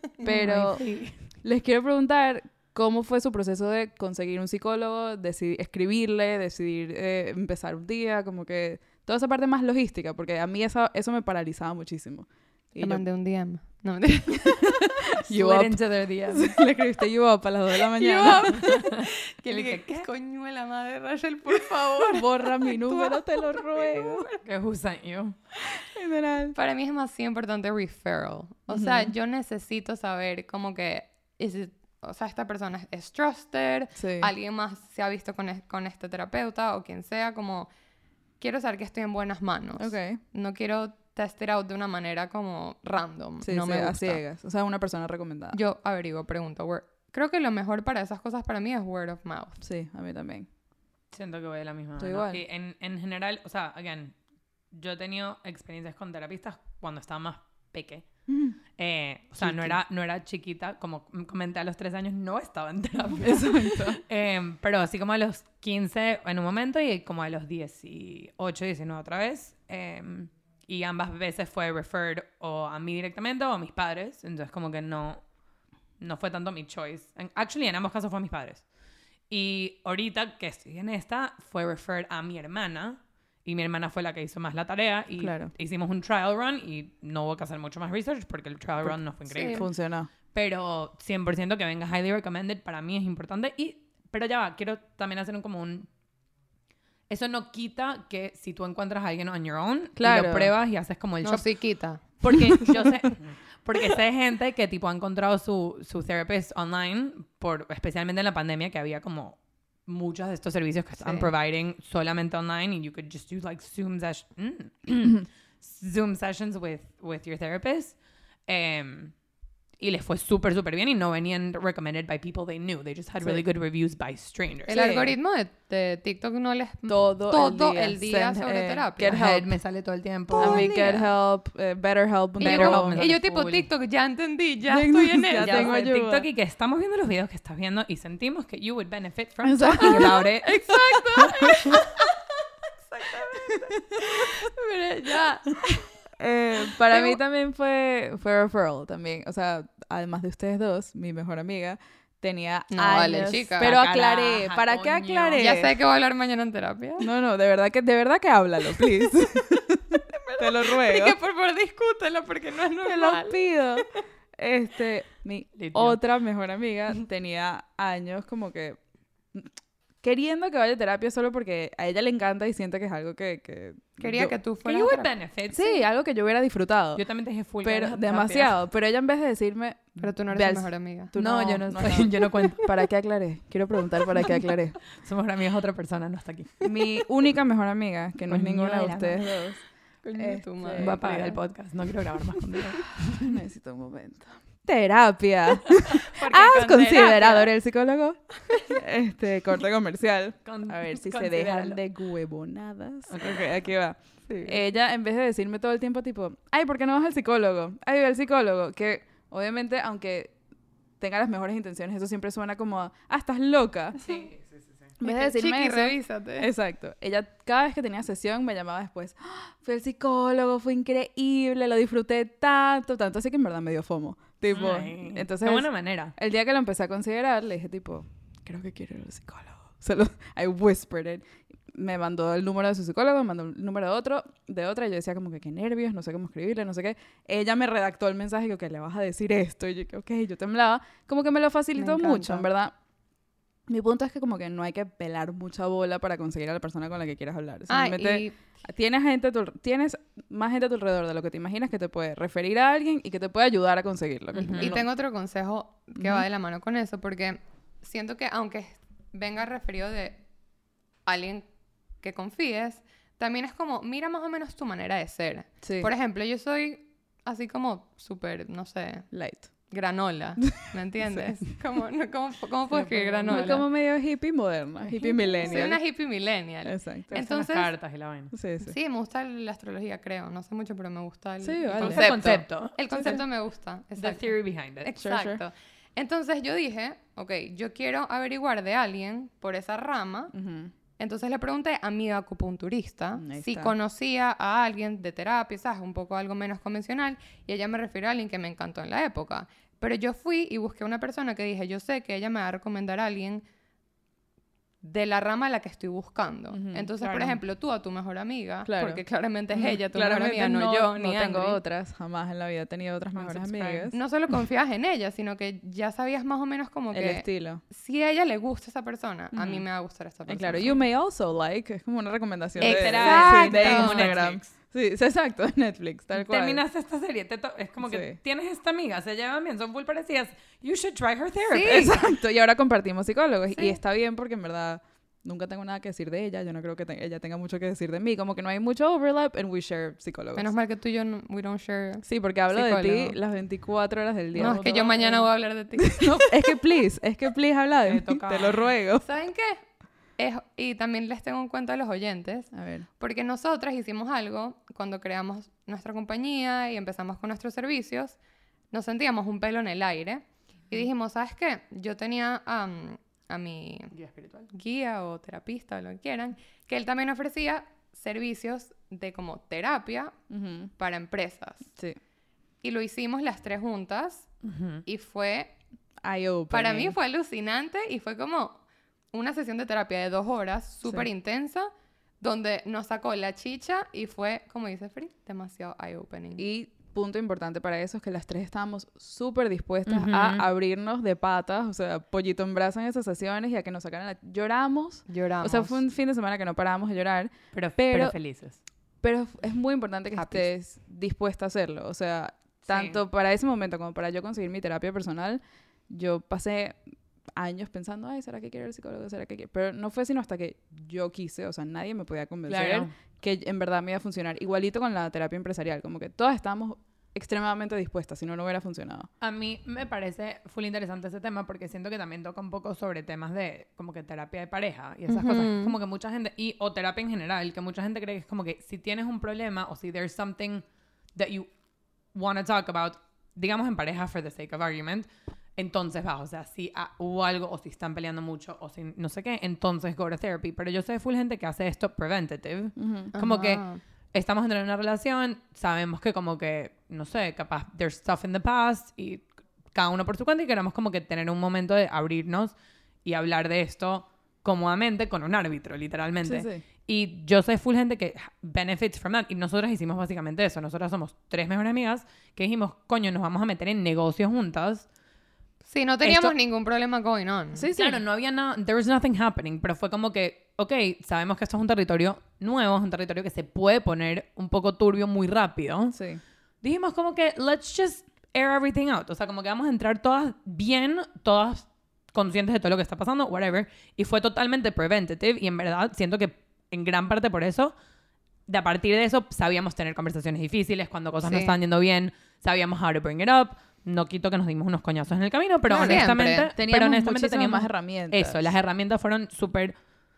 Pero les quiero preguntar cómo fue su proceso de conseguir un psicólogo, decidir escribirle, decidir eh, empezar un día, como que toda esa parte más logística, porque a mí eso, eso me paralizaba muchísimo. Y Le yo, mandé un D M. No, mentira. You Slid up. into their D M. le escribiste you up a las dos de la mañana. que le dije, dije, ¿qué coño de la madre, Rachel, por favor? Borra mi número, te lo ruego. Que who sent you? Literal. Para mí es demasiado importante referral. O sea, Ujú. yo necesito saber como que, is it- o sea, esta persona es trusted, Sí. alguien más se ha visto con, es- con este terapeuta o quien sea, como, quiero saber que estoy en buenas manos. Ok. No quiero test it out de una manera como random. Sí, no sí, me a gusta. ciegas. O sea, una persona recomendada. Yo averiguo, pregunto. word- Creo que lo mejor para esas cosas para mí es word of mouth. Sí, a mí también. Siento que voy de la misma Estoy mano. igual. Y en, en general, o sea, again, yo he tenido experiencias con terapistas cuando estaba más peque. Eh, o sea, no Chiqui. era, no era chiquita, como comenté a los tres años, no estaba en terapia. Exacto. Eh, pero así como a los quince en un momento y como a los dieciocho, diecinueve otra vez. Eh, y ambas veces fue referred o a mí directamente o a mis padres. Entonces como que no, no fue tanto mi choice. En- Actually, en ambos casos fue a mis padres. Y ahorita que estoy en esta, fue referred a mi hermana. Y mi hermana fue la que hizo más la tarea. Y Claro. hicimos un trial run y no hubo que hacer mucho más research porque el trial run no fue increíble. Funcionó. Pero cien por ciento que venga highly recommended para mí es importante. Y, pero ya va, quiero también hacer un como un... Eso no quita que si tú encuentras a alguien on your own, y Claro. lo pruebas y haces como el No, shop. sí quita. Porque yo sé... Porque sé de gente que tipo ha encontrado su, su therapist online, por, especialmente en la pandemia, que había como muchos de estos servicios que están Sí. providing solamente online y you could just do like Zoom, sesh- Zoom sessions with, with your therapist. Um, y les fue súper, súper bien y no venían recommended by people they knew. They just had Sí. really good reviews by strangers. El Sí. algoritmo de, de TikTok no les... Todo, Todo el día, el día Send, sobre eh, terapia. Get Head help. me sale todo el tiempo. A mí el Get día. Help, eh, BetterHelp. Y Better yo, Help me y sale yo tipo full. TikTok, ya entendí, ya Tengo- estoy en ya eso. Ya tengo sé, ayuda. TikTok y que estamos viendo los videos que estás viendo y sentimos que you would benefit from Exacto. talking about it. Pero ya. Eh, para Tengo- mí también fue, fue referral también. O sea, además de ustedes dos, mi mejor amiga tenía No, años. vale, chica. Pero Caraja, aclaré. ¿Para qué coño. aclaré? Ya sé que voy a hablar mañana en terapia. No, no, de verdad que, de verdad que háblalo, please. Te lo Y ruego. que por favor discútelo porque no es Te normal. lo pido. Este, mi Literal. otra mejor amiga tenía años como que queriendo que vaya a terapia solo porque a ella le encanta y siente que es algo que... que Quería yo- que tú Que fueras you a would terapia. benefit. Sí, algo que yo hubiera disfrutado. Yo también te dije full. pero ganas de terapia. demasiado. Pero ella en vez de decirme... Pero tú no ve eres al- su mejor amiga. tú No, yo no no, soy- yo no cuento. ¿Para qué aclaré? Quiero preguntar para qué aclaré. Somos amigos de otra persona, no está aquí. Mi única mejor amiga, que no es Coño ninguna de de la ustedes dos. Coño de tu Este, madre. Va a pagar mira. el podcast. No quiero grabar más contigo. Necesito un momento. Terapia. Porque ¿Has con considerado terapia- el psicólogo? Este, corte comercial. Con- A ver si se considéralo. dejan de huevonadas. Ok. Ok, aquí va. Ella, en vez de decirme todo el tiempo, tipo, ay, ¿por qué no vas al psicólogo? Ay, ve al psicólogo. Que, obviamente, aunque tenga las mejores intenciones, eso siempre suena como, a, ah, estás loca. Sí, sí, sí. sí. En vez de Que, decirme Chiqui, eso, revísate. exacto. Ella, cada vez que tenía sesión, me llamaba después. "Ah, fui al psicólogo, fue increíble, lo disfruté tanto, tanto, así que en verdad me dio fomo. Tipo, Ay, entonces, Qué buena manera. el día que lo empecé a considerar, le dije, tipo, creo que quiero ir al psicólogo. Se lo, I whispered it. Me mandó el número de su psicólogo, me mandó el número de otro, de otra, y yo decía como que qué nervios, no sé cómo escribirle, no sé qué. Ella me redactó el mensaje, que, ok, le vas a decir esto, y yo, que, ok, yo temblaba. Como que me lo facilitó Me mucho, encanta. en verdad. Mi punto es que como que no hay que pelar mucha bola para conseguir a la persona con la que quieras hablar. Ah, Simplemente y tienes, gente a tu- tienes más gente a tu alrededor de lo que te imaginas que te puede referir a alguien y que te puede ayudar a conseguirlo. que es Ujú. como Y no- tengo otro consejo que Ujú. va de la mano con eso, porque siento que aunque venga referido de alguien que confíes, también es como, mira más o menos tu manera de ser. Sí, Por ejemplo, yo soy así como súper, no sé, light. granola, ¿me entiendes? ¿Cómo, no, cómo, cómo puedo escribir puedo- granola? Como medio hippie moderna, hippie millennial. Soy una hippie millennial. Exacto. Te gustan Entonces- las cartas y la vaina. Sí, sí. Sí, me gusta la astrología, creo. No sé mucho, pero me gusta el, Sí, el vale. El concepto. concepto. El concepto me gusta. The Exacto. theory behind it. Sure, sure. Exacto. Entonces yo dije, ok, yo quiero averiguar de alguien por esa rama. Ujú. Entonces le pregunté a mi acupunturista Ahí si está. conocía a alguien de terapia, ¿sabes? Un poco algo menos convencional. Y ella me refirió a alguien que me encantó en la época. Pero yo fui y busqué a una persona que dije, yo sé que ella me va a recomendar a alguien de la rama a la que estoy buscando. Ujú, Entonces, por claro. ejemplo, tú a tu mejor amiga, Claro. porque claramente es Ujú. ella, tu Claramente mejor amiga, no, yo, ni no tengo Andri. otras. Jamás en la vida he tenido otras mejores Unsubscribe. amigas. No solo confías en ella, sino que ya sabías más o menos como El que estilo. si a ella le gusta esa persona, a mí Ujú. me va a gustar esta Y persona. claro, you may also like, es como una recomendación de, Exacto. sí, de Como Instagram. Netflix. Sí, sí, exacto, Netflix, tal cual. Terminaste esta serie, te to- es como que Sí. tienes esta amiga, se llevan bien, son full parecidas. You should try her therapy. Exacto, y ahora compartimos psicólogos. Sí. Y está bien porque en verdad nunca tengo nada que decir de ella. Yo no creo que te- ella tenga mucho que decir de mí. Como que no hay mucho overlap and we share psicólogos. Menos mal que tú y yo, no, we don't share. Sí, porque hablo de ti Psicólogo. las veinticuatro horas del día. No, es que yo todo mañana el- voy a hablar de ti. No, es que please, es que please habla de Te mí, toca. te lo ruego. ¿Saben qué? Es, y también les tengo en cuenta a los oyentes, A ver. porque nosotras hicimos algo cuando creamos nuestra compañía y empezamos con nuestros servicios, nos sentíamos un pelo en el aire y dijimos, ¿sabes qué? Yo tenía am, a mi Guía espiritual. guía o terapista o lo que quieran, que él también ofrecía servicios de como terapia Ujú. para empresas. Sí. Y lo hicimos las tres juntas Ujú. y fue, Eye-opening. para mí fue alucinante y fue como una sesión de terapia de dos horas, súper Sí. intensa, donde nos sacó la chicha y fue, como dice Free, demasiado eye-opening. Y punto importante para eso es que las tres estábamos súper dispuestas Ujú. a abrirnos de patas, o sea, pollito en brazo en esas sesiones y a que nos sacaran la... Lloramos. Lloramos. O sea, fue un fin de semana que no parábamos de llorar, Pero, Pero- pero felices. pero es muy importante que Happy. estés dispuesta a hacerlo. O sea, tanto para ese momento como para yo conseguir mi terapia personal, yo pasé años pensando, ay, ¿será que quiero ir al psicólogo? ¿Será que quiero? Pero no fue sino hasta que yo quise, o sea, nadie me podía convencer Claro. que en verdad me iba a funcionar. Igualito con la terapia empresarial, como que todas estábamos extremadamente dispuestas, si no, no hubiera funcionado. A mí me parece full interesante ese tema porque siento que también toca un poco sobre temas de como que terapia de pareja y esas Ujú. cosas. Como que mucha gente, y o terapia en general, que mucha gente cree que es como que si tienes un problema o si there's something that you want to talk about, digamos en pareja for the sake of argument, entonces va, o sea, si ah, hubo algo o si están peleando mucho o si no sé qué, entonces go to therapy. Pero yo sé de full gente que hace esto preventative. Como que Ajá. estamos dentro de una relación, sabemos que como que, no sé, capaz there's stuff in the past y cada uno por su cuenta y queremos como que tener un momento de abrirnos y hablar de esto cómodamente con un árbitro, literalmente. Sí, sí. Y yo sé full gente que benefits from that. Y nosotras hicimos básicamente eso. Nosotras somos tres mejores amigas que dijimos, coño, nos vamos a meter en negocios juntas. Sí, no teníamos Esto- ningún problema going on. Sí, sí. Claro, no había nada, there was nothing happening, pero fue como que, ok, sabemos que esto es un territorio nuevo, es un territorio que se puede poner un poco turbio muy rápido. Sí. Dijimos como que, let's just air everything out. O sea, como que vamos a entrar todas bien, todas conscientes de todo lo que está pasando, whatever. Y fue totalmente preventative y en verdad siento que en gran parte por eso, de a partir de eso, sabíamos tener conversaciones difíciles, cuando cosas no Sí. estaban yendo bien, sabíamos how to bring it up. No quito que nos dimos unos coñazos en el camino, pero No, honestamente, siempre. Teníamos pero honestamente muchísimas teníamos más herramientas. eso, las herramientas fueron súper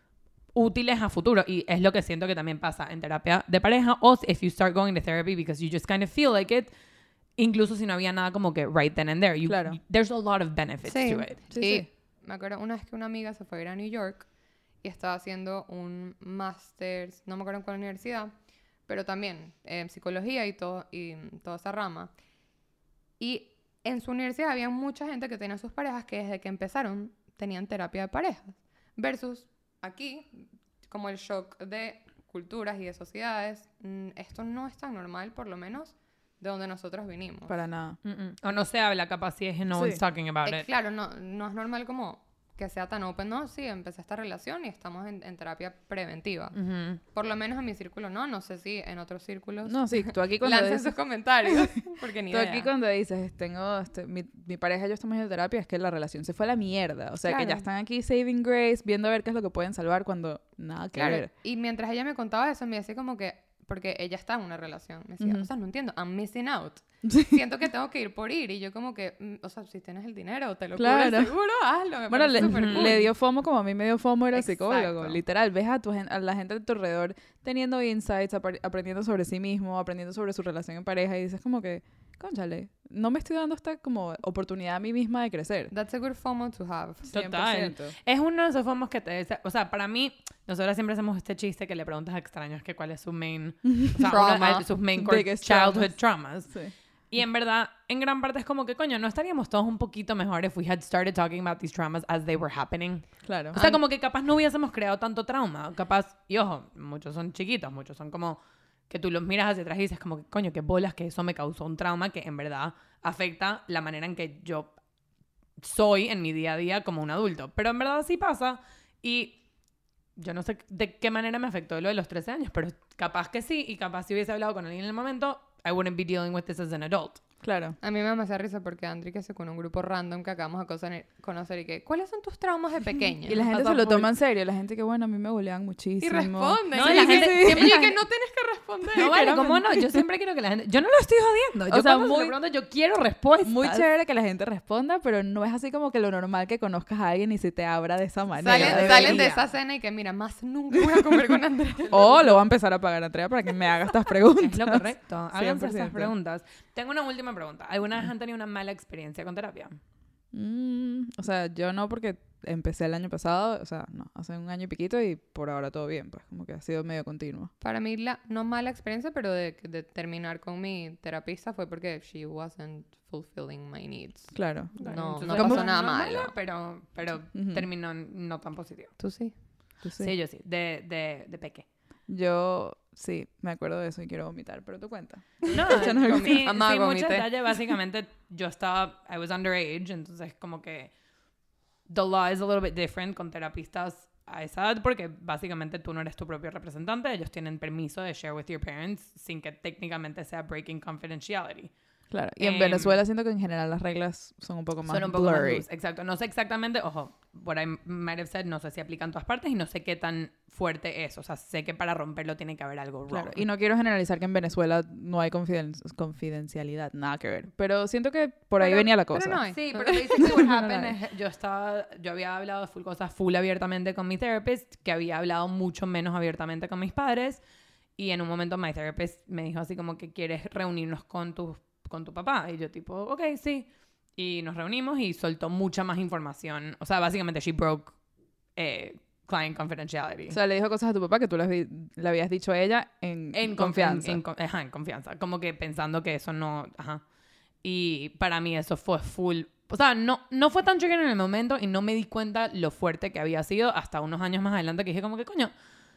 útiles a futuro y es lo que siento que también pasa en terapia de pareja o if you start going to therapy because you just kind of feel like it, incluso si no había nada como que right then and there. You, Claro. There's a lot of benefits Sí. to it. Sí, y sí. me acuerdo una vez que una amiga se fue a ir a New York y estaba haciendo un máster, no me acuerdo en cuál universidad, pero también en psicología y, todo, y toda esa rama. Y en su universidad había mucha gente que tenía sus parejas que desde que empezaron tenían terapia de parejas. Versus aquí, como el shock de culturas y de sociedades, mm, esto no es tan normal, por lo menos, de donde nosotros vinimos. Para nada. Mm-mm. O no se habla, capaz si es que no Sí. one's talking about Eh, it. claro, no, no es normal como que sea tan open, ¿no? Sí, empecé esta relación y estamos en, en terapia preventiva. Ujú. Por lo menos en mi círculo no, no sé si en otros círculos. No, sí, tú aquí cuando Lancen dices... sus comentarios, porque ni Tú idea. aquí cuando dices, tengo, este, mi, mi pareja y yo estamos en terapia, es que la relación se fue a la mierda. O sea, que Claro. ya están aquí saving grace, viendo a ver qué es lo que pueden salvar cuando nada que Claro, ver. y mientras ella me contaba eso, me decía como que, porque ella está en una relación, me decía, Ujú. o sea, no entiendo, I'm missing out. Siento que tengo que ir por ir, y yo como que, mm, o sea, si tienes el dinero, te lo cubre Claro. el seguro, hazlo, me Bueno, le, parece súper cool. le dio FOMO como a mí me dio FOMO era Exacto. psicólogo. Literal, ves a, tu, gen- a la gente a tu alrededor teniendo insights, apar- aprendiendo sobre sí mismo, aprendiendo sobre su relación en pareja y dices como que, cónchale, no me estoy dando esta como oportunidad a mí misma de crecer. That's a good FOMO to have. Total. cien por ciento. Es uno de esos fomos que te... O sea, para mí, nosotros siempre hacemos este chiste que le preguntas a extraños que cuál es su main... O sea, Trauma. uno de sus main core Biggest childhood traumas. Sí. Y en verdad, en gran parte es como que, coño, ¿no estaríamos todos un poquito mejor if we had started talking about these traumas as they were happening? Claro. O sea, como que capaz no hubiésemos creado tanto trauma. Capaz, y ojo, muchos son chiquitos, muchos son como que tú los miras hacia atrás y dices como que, coño, qué bolas que eso me causó un trauma que en verdad afecta la manera en que yo soy en mi día a día como un adulto. Pero en verdad sí pasa y yo no sé de qué manera me afectó lo de los trece años, pero capaz que sí y capaz si hubiese hablado con alguien en el momento, I wouldn't be dealing with this as an adult. Claro. A mí me hace risa porque Andri que se con un grupo random que acabamos de conocer, conocer y que, ¿cuáles son tus traumas de pequeña? Y la gente Pasa se lo full. toma en serio. La gente que, bueno, a mí me bolean muchísimo. Y responde. No, y y la yo que- gente- y siempre yo la que gente- no tienes que responder. No, vale, Claramente. ¿cómo no? Yo siempre quiero que la gente... Yo no lo estoy jodiendo. Yo O sea, cuando se muy- lo pregunto, yo quiero respuestas. Muy chévere que la gente responda, pero no es así como que lo normal que conozcas a alguien y se te abra de esa manera. Salen, debería. salen de esa cena y que, mira, más nunca voy a comer con Andrea. O lo voy a empezar a pagar a Andrea para que me haga estas preguntas. Es lo correcto. Háganse cien por estas ciento. preguntas. Tengo una última pregunta. ¿Alguna vez han tenido una mala experiencia con terapia? Mm, o sea, yo no porque empecé el año pasado, o sea, no, hace un año y piquito y por ahora todo bien, pues como que ha sido medio continuo. Para mí, la, no mala experiencia, pero de, de terminar con mi terapista fue porque she wasn't fulfilling my needs. Claro. No, Entonces, no ¿cómo? pasó nada no malo. mala, pero, pero Ujú. terminó no tan positivo. ¿Tú sí? ¿Tú sí? Sí, yo sí. De, de, de peque. Yo sí, me acuerdo de eso y quiero vomitar, pero tú cuenta. No, Échanos el- sí, Amá, sin mucho vomité. detalle. Básicamente, yo estaba... I was underage, entonces como que... The law is a little bit different con terapistas a esa edad porque básicamente tú no eres tu propio representante. Ellos tienen permiso de share with your parents sin que técnicamente sea breaking confidentiality. Claro. Y en Em, Venezuela siento que en general las reglas son un poco más Son un poco más blurry. loose, exacto. No sé exactamente, ojo, what I might have said, no sé si aplica en todas partes y no sé qué tan fuerte es. O sea, sé que para romperlo tiene que haber algo wrong. Claro, y no quiero generalizar que en Venezuela no hay confiden- confidencialidad, nada que ver. Pero siento que por ahí Pero- venía la pero cosa. no hay. Sí, pero basically what No happened hay. es, yo estaba, yo había hablado de full cosas full abiertamente con mi therapist, que había hablado mucho menos abiertamente con mis padres, y en un momento my therapist me dijo así como que quieres reunirnos con tu, con tu papá, y yo tipo, ok, sí, y nos reunimos y soltó mucha más información, o sea, básicamente she broke eh, client confidentiality. O sea, le dijo cosas a tu papá que tú le, vi- le habías dicho a ella en, En confianza. confianza. En, con- ajá, en confianza. Como que pensando que eso no... Ajá. Y para mí eso fue full... O sea, no, no fue tan trigger en el momento y no me di cuenta lo fuerte que había sido hasta unos años más adelante que dije como que, coño,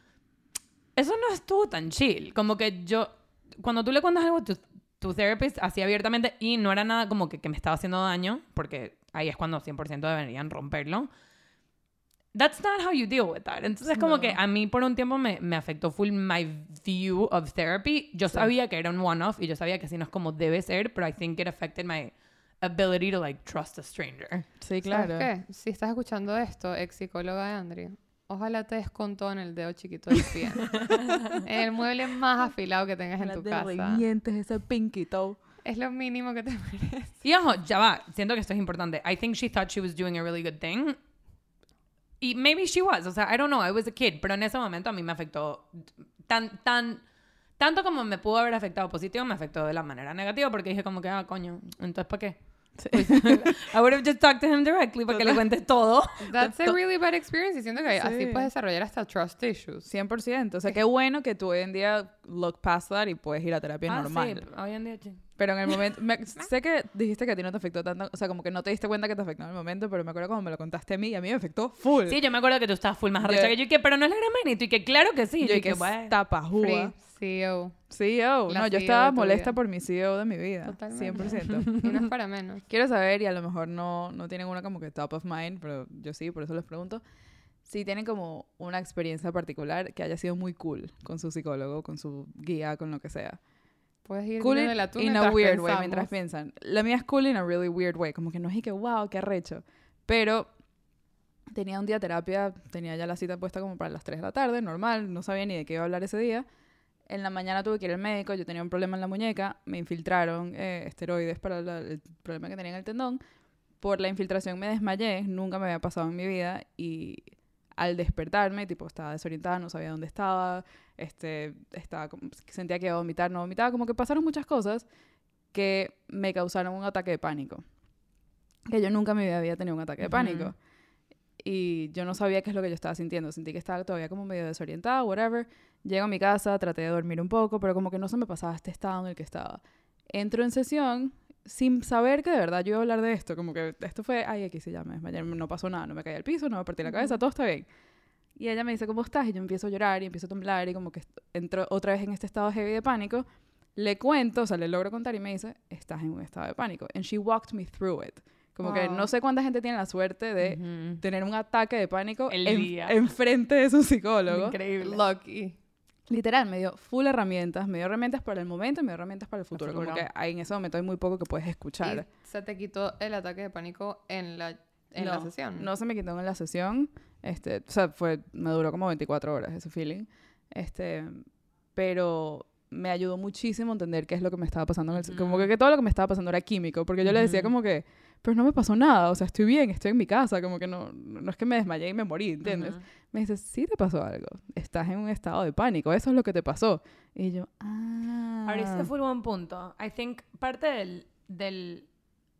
eso no estuvo tan chill. Como que yo... Cuando tú le cuentas algo a tu, tu therapist así abiertamente y no era nada como que, que me estaba haciendo daño, porque ahí es cuando cien por ciento deberían romperlo. That's not how you deal with that. Entonces, como No. que a mí por un tiempo me, me afectó full my view of therapy. Yo Sí. sabía que era un one-off y yo sabía que así no es como debe ser, pero I think it affected my ability to, like, trust a stranger. Sí, claro. ¿Sabes qué? Si estás escuchando esto, ex psicóloga de Andri, ojalá te des con todo en el dedo chiquito del pie. En el mueble más afilado que tengas en Las tu de casa. revientes, ese pinky toe. Es lo mínimo que te mereces. Y ojo, ya va, siento que esto es importante. I think she thought she was doing a really good thing. Y maybe she was, o sea, I don't know, I was a kid, pero en ese momento a mí me afectó tan, tan, tanto como me pudo haber afectado positivo, me afectó de la manera negativa, porque dije como que, ah, coño, entonces ¿para qué? Sí. I would have just talked to him directly para que le cuentes todo. That's a really bad experience. Y siento que así Sí. puedes desarrollar hasta trust issues. cien por ciento. O sea, qué bueno que tú hoy en día look past that y puedes ir a terapia Ah, normal. sí, hoy en día, sí. Pero en el momento... me- sé que dijiste que a ti no te afectó tanto. O sea, como que no te diste cuenta que te afectó en el momento, pero me acuerdo cuando me lo contaste a mí y a mí me afectó full. Sí, yo me acuerdo que tú estabas full más Yo- arrecha que yo, y que, pero no es la gran magnitud, y que claro que sí. yo y que bueno. tapajúa. Free C E O. C E O. La No, yo C E O estaba de tu molesta vida. por mi C E O de mi vida. Totalmente. cien por ciento. Y no es para menos. Quiero saber, y a lo mejor no, no tienen una como que top of mind, pero yo sí, por eso les pregunto. Si tienen como una experiencia particular que haya sido muy cool con su psicólogo, con su guía, con lo que sea. Puedes ir Cool viendo in, la tuna in a mientras weird way, pensamos. mientras piensan. La mía es cool in a really weird way. Como que no es y que, wow, qué arrecho. Pero tenía un día de terapia, tenía ya la cita puesta como para las tres de la tarde, normal, no sabía ni de qué iba a hablar ese día. En la mañana tuve que ir al médico, yo tenía un problema en la muñeca, me infiltraron eh, esteroides para la- el problema que tenía en el tendón. Por la infiltración me desmayé, nunca me había pasado en mi vida y al despertarme, tipo, estaba desorientada, no sabía dónde estaba, este, estaba como- sentía que iba a vomitar, no vomitaba, como que pasaron muchas cosas que me causaron un ataque de pánico. Que yo nunca en mi vida había tenido un ataque de Ujú. pánico. Y yo no sabía qué es lo que yo estaba sintiendo. Sentí que estaba todavía como medio desorientada, whatever. Llego a mi casa, traté de dormir un poco, pero como que no se me pasaba este estado en el que estaba. Entro en sesión sin saber que de verdad yo iba a hablar de esto. Como que esto fue, ay, aquí se llama, desmayé, no pasó nada, no me caí al piso, no me partí la cabeza, todo está bien. Y ella me dice, ¿cómo estás? Y yo empiezo a llorar y empiezo a temblar y como que est- entro otra vez en este estado heavy de pánico. Le cuento, o sea, le logro contar y me dice, estás en un estado de pánico. And she walked me through it. Como que Wow. no sé cuánta gente tiene la suerte de Ujú. tener un ataque de pánico El en, día. enfrente de su psicólogo. Increíble. Lucky. Literal, me dio full herramientas, me dio herramientas para el momento y me dio herramientas para el futuro. Como futuro. que ahí en ese momento hay muy poco que puedes escuchar. Y se te quitó el ataque de pánico en la, en la No, sesión. No se me quitó en la sesión. Este, o sea, fue, me duró como veinticuatro horas ese feeling. Este, pero me ayudó muchísimo a entender qué es lo que me estaba pasando. En el, Ujú. Como que, que todo lo que me estaba pasando era químico. Porque yo le decía Ujú. como que, pero no me pasó nada. O sea, estoy bien, estoy en mi casa. Como que no, no es que me desmayé y me morí, ¿entiendes? Ujú. Me dice, sí te pasó algo. Estás en un estado de pánico. Eso es lo que te pasó. Y yo, ah. Ahora, ese fue un buen punto. I think parte del, del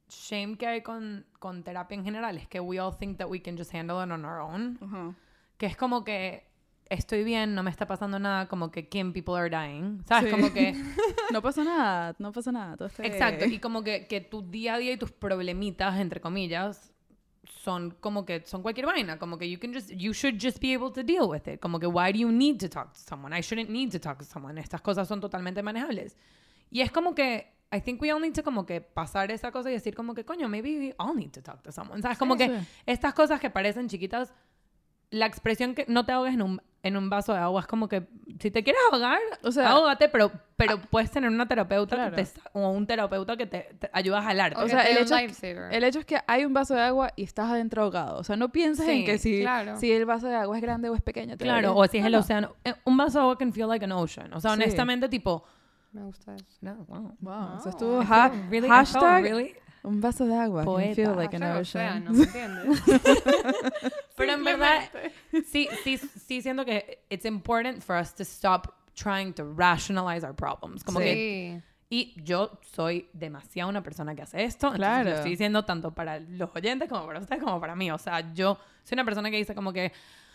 shame que hay con, con terapia en general es que we all think that we can just handle it on our own. Ajá. Que es como que estoy bien, no me está pasando nada, como que Kim, people are dying. ¿Sabes? Sí. Como que... No pasa nada, no pasa nada. Todo está Exacto. bien. Y como que, que tu día a día y tus problemitas, entre comillas, son como que son cualquier vaina. Como que you can just, you should just be able to deal with it. Como que why do you need to talk to someone? I shouldn't need to talk to someone. Estas cosas son totalmente manejables. Y es como que I think we all need to como que pasar esa cosa y decir como que coño, maybe we all need to talk to someone. ¿Sabes? Como Sí, que sí. estas cosas que parecen chiquitas, la expresión que no te ahogues en un, en un vaso de agua es como que si te quieres ahogar, O sea, ahógate, pero, pero puedes tener una terapeuta claro. que te, sa- o un terapeuta que te, te ayuda a jalarte. O, O que sea, te el dé hecho un es lifesaver. El hecho es que hay un vaso de agua y estás adentro ahogado. O sea, no pienses Sí, en que si, claro. si el vaso de agua es grande o es pequeño. te Claro, deberías- o si es el No, no. océano. Eh, Un vaso de agua can feel like an ocean. O sea, Sí. honestamente, tipo... Me gusta eso. No, wow. Wow, eso Oh. estuvo I ha- felt really- I felt hashtag really- un vaso de agua. Can Poeta. feel like an Hashtag ocean. océano, ¿me entiendes? Pero en verdad, Simplemente. sí, sí, sí siento que it's important for us to stop trying to rationalize our problems. Como que, Sí. y yo soy demasiado una persona que hace esto. Entonces Claro. lo estoy diciendo tanto para los oyentes como para ustedes como para mí. O sea, yo soy una persona que dice como que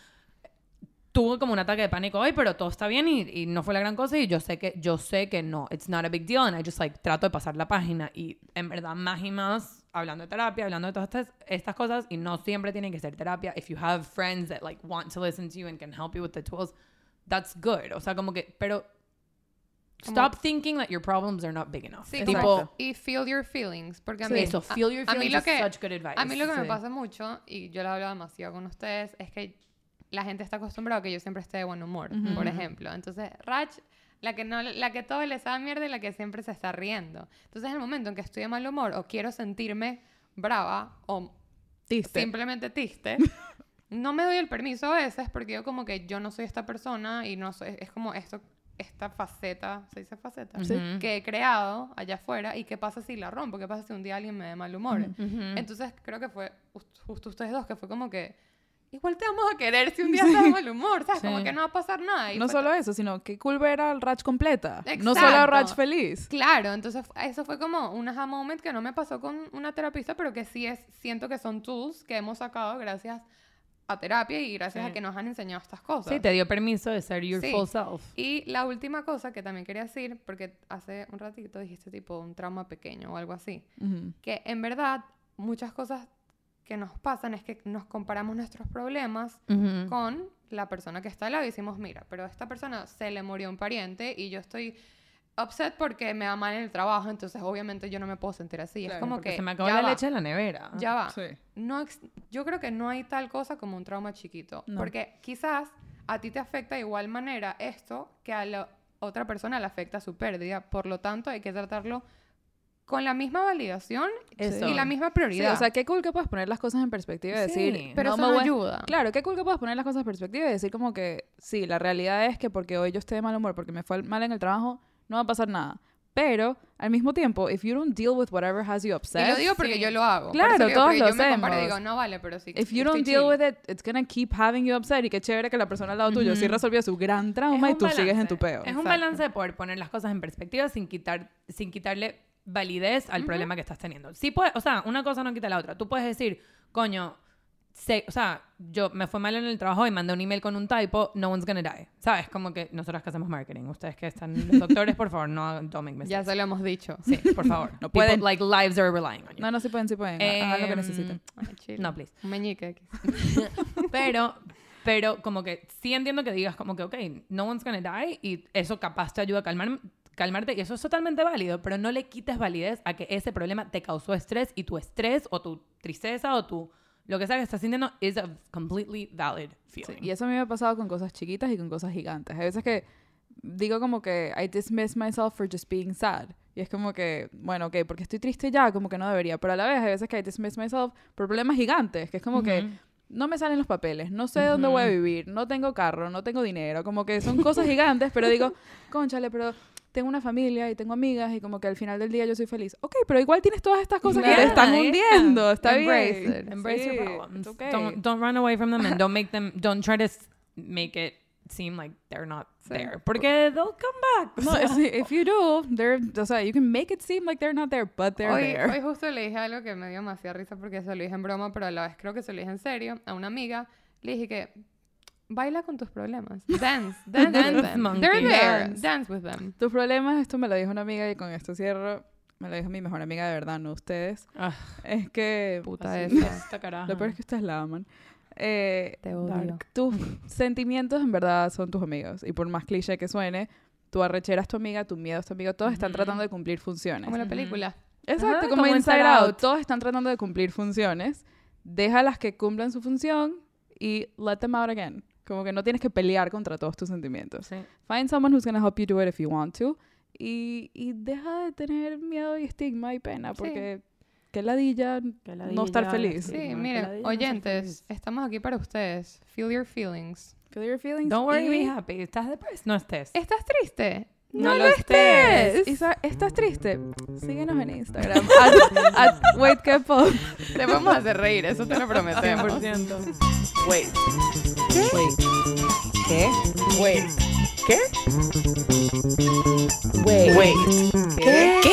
tuve como un ataque de pánico hoy, pero todo está bien y, y no fue la gran cosa y yo sé que yo sé que no, it's not a big deal and I just like trato de pasar la página y en verdad más y más hablando de terapia, hablando de todas estas, estas cosas y no siempre tiene que ser terapia. If you have friends that like want to listen to you and can help you with the tools, that's good. O sea, como que, pero Como- stop thinking that your problems are not big enough. Sí, Exacto. como, y feel your feelings. Porque a Sí. mí, Eso, feel your a, a mí feelings lo is que, such good advice. a mí lo que me Sí. pasa mucho, y yo lo he hablado demasiado con ustedes, es que la gente está acostumbrada a que yo siempre esté de buen humor, Ujú. por ejemplo. Entonces, Rach, la que, no, la que todo le sabe mierda y la que siempre se está riendo. Entonces, en el momento en que estoy de mal humor o quiero sentirme brava o Triste. simplemente triste, no me doy el permiso a veces porque yo como que yo no soy esta persona y no soy, es como esto, esta faceta, ¿se dice faceta? Sí. Ujú. Que he creado allá afuera y qué pasa si la rompo, qué pasa si un día alguien me dé mal humor. Ujú. Entonces creo que fue just- justo ustedes dos que fue como que igual te vamos a querer si un día estás de mal humor, ¿sabes? Sí. Como que no va a pasar nada. Y No fue- solo eso, sino que cool ver al Rach completa. No solo a Exacto. Rach feliz. Claro, entonces fu- eso fue como un aha moment que no me pasó con una terapista, pero que sí es, siento que son tools que hemos sacado gracias a terapia y gracias Sí. a que nos han enseñado estas cosas. Sí, te dio permiso de ser your Sí. full self. Y la última cosa que también quería decir, porque hace un ratito dijiste tipo un trauma pequeño o algo así, Ujú. que en verdad muchas cosas que nos pasan es que nos comparamos nuestros problemas Ujú. con la persona que está al lado y decimos, mira, pero a esta persona se le murió un pariente y yo estoy upset porque me va mal en el trabajo, entonces obviamente yo no me puedo sentir así. Claro, es como Porque que se me acabó ya la va, leche de la nevera. ya va. Sí. No ex- yo creo que no hay tal cosa como un trauma chiquito, No. porque quizás a ti te afecta de igual manera esto que a la otra persona le afecta su pérdida, por lo tanto hay que tratarlo con la misma validación Eso. y la misma Sí, prioridad. o sea, qué cool que puedes poner las cosas en perspectiva y Sí, decir... pero no eso me no voy- ayuda. Claro, qué cool que puedas poner las cosas en perspectiva y decir como que sí, la realidad es que porque hoy yo esté de mal humor, porque me fue mal en el trabajo, no va a pasar nada. Pero, al mismo tiempo, if you don't deal with whatever has you upset... Y lo digo porque Sí. yo lo hago. Por Claro, eso digo, todos porque lo yo me comparo y hacemos. digo, no vale, pero sí. If you estoy don't deal chill. with it, it's gonna keep having you upset. Y qué chévere que la persona al lado tuyo sí Ujú. resolvió su gran trauma Es y un tú sigues en balance. tu peo. Es un Exacto. balance de poder poner las cosas en perspectiva sin quitar, sin quitarle validez al problema que estás teniendo. Sí puede, o sea, una cosa no quita la otra. Tú puedes decir, coño, sé, o sea, yo me fue mal en el trabajo y mandé un email con un typo, no one's gonna die. ¿Sabes? Como que nosotros que hacemos marketing, ustedes que están los doctores, por favor, no hagan- don't make mistakes. Ya se lo hemos dicho. Sí, por favor. No People, pueden. like, lives are relying on you. No, no, sí pueden, sí pueden. Hagan lo que Em, necesiten. Ay, chill. No, please. Un meñique aquí. Pero, pero como que sí entiendo que digas como que, ok, no one's gonna die y eso capaz te ayuda a calmar, calmarte y eso es totalmente válido, pero no le quites validez a que ese problema te causó estrés y tu estrés o tu tristeza o tu lo que sea que estás sintiendo is a completely valid Sí, feeling. y eso a mí me ha pasado con cosas chiquitas y con cosas gigantes. Hay veces que digo como que I dismiss myself for just being sad. Y es como que, bueno, ok, porque estoy triste ya, como que no debería. Pero a la vez hay veces que I dismiss myself por problemas gigantes, que es como que Ujú. no me salen los papeles, no sé dónde voy a Ujú. vivir, no tengo carro, no tengo dinero, como que son cosas gigantes, pero digo, cónchale, pero tengo una familia y tengo amigas y como que al final del día yo soy feliz. Ok, pero igual tienes todas estas cosas que te Claro, están yeah. hundiendo, está Embrace bien. it. Embrace Sí, your problems. it's okay. Don't, don't run away from them and don't make them, don't try to s- make it seem like they're not Sí. there. Porque they'll come back. No, es- if you do, they're, o sea, you can make it seem like they're not there, but they're Hoy, there. hoy justo le dije algo que me dio demasiada risa porque se lo dije en broma, pero a la vez creo que se lo dije en serio a una amiga. Le dije que baila con tus problemas. Dance, dance, Dance, with them. monkey. They're there. Dance. Dance with them. Tus problemas, esto me lo dijo una amiga y con esto cierro. Me lo dijo mi mejor amiga de verdad, no ustedes. Ah, Es que... Puta así, esa. esta caraja. Lo peor es que ustedes la aman. Eh, Te odio. Dark. tus sentimientos en verdad son tus amigos. Y por más cliché que suene, tu arrechera es tu amiga, tu miedo es tu amigo. Todos están Ujú. tratando de cumplir funciones. Como la Ujú. película. Exacto, Ajá, como, como Inside Inside Out. Out. Todos están tratando de cumplir funciones. Déjalas que cumplan su función y let them out again. Como que no tienes que pelear contra todos tus sentimientos. Sí. Find someone who's going to help you do it if you want to. Y, y deja de tener miedo y estigma y pena porque qué ladilla Que no estar ladilla, feliz. sí. Sí, no, miren, que la diga no ser oyentes, feliz. estamos aquí para ustedes. Feel your feelings. Feel your feelings. Don't worry, y be happy. ¿Estás depressed? No estés. ¿Estás triste? No lo estés. Y sa- ¿Estás triste? Síguenos en Instagram. at, at Wait, ¿qué po? Te vamos a hacer reír, eso te lo prometemos. cien por ciento. Wait. ¿Qué? Wait. ¿Qué? Wait. ¿Qué? Wait. Wait. ¿Qué? ¿Qué?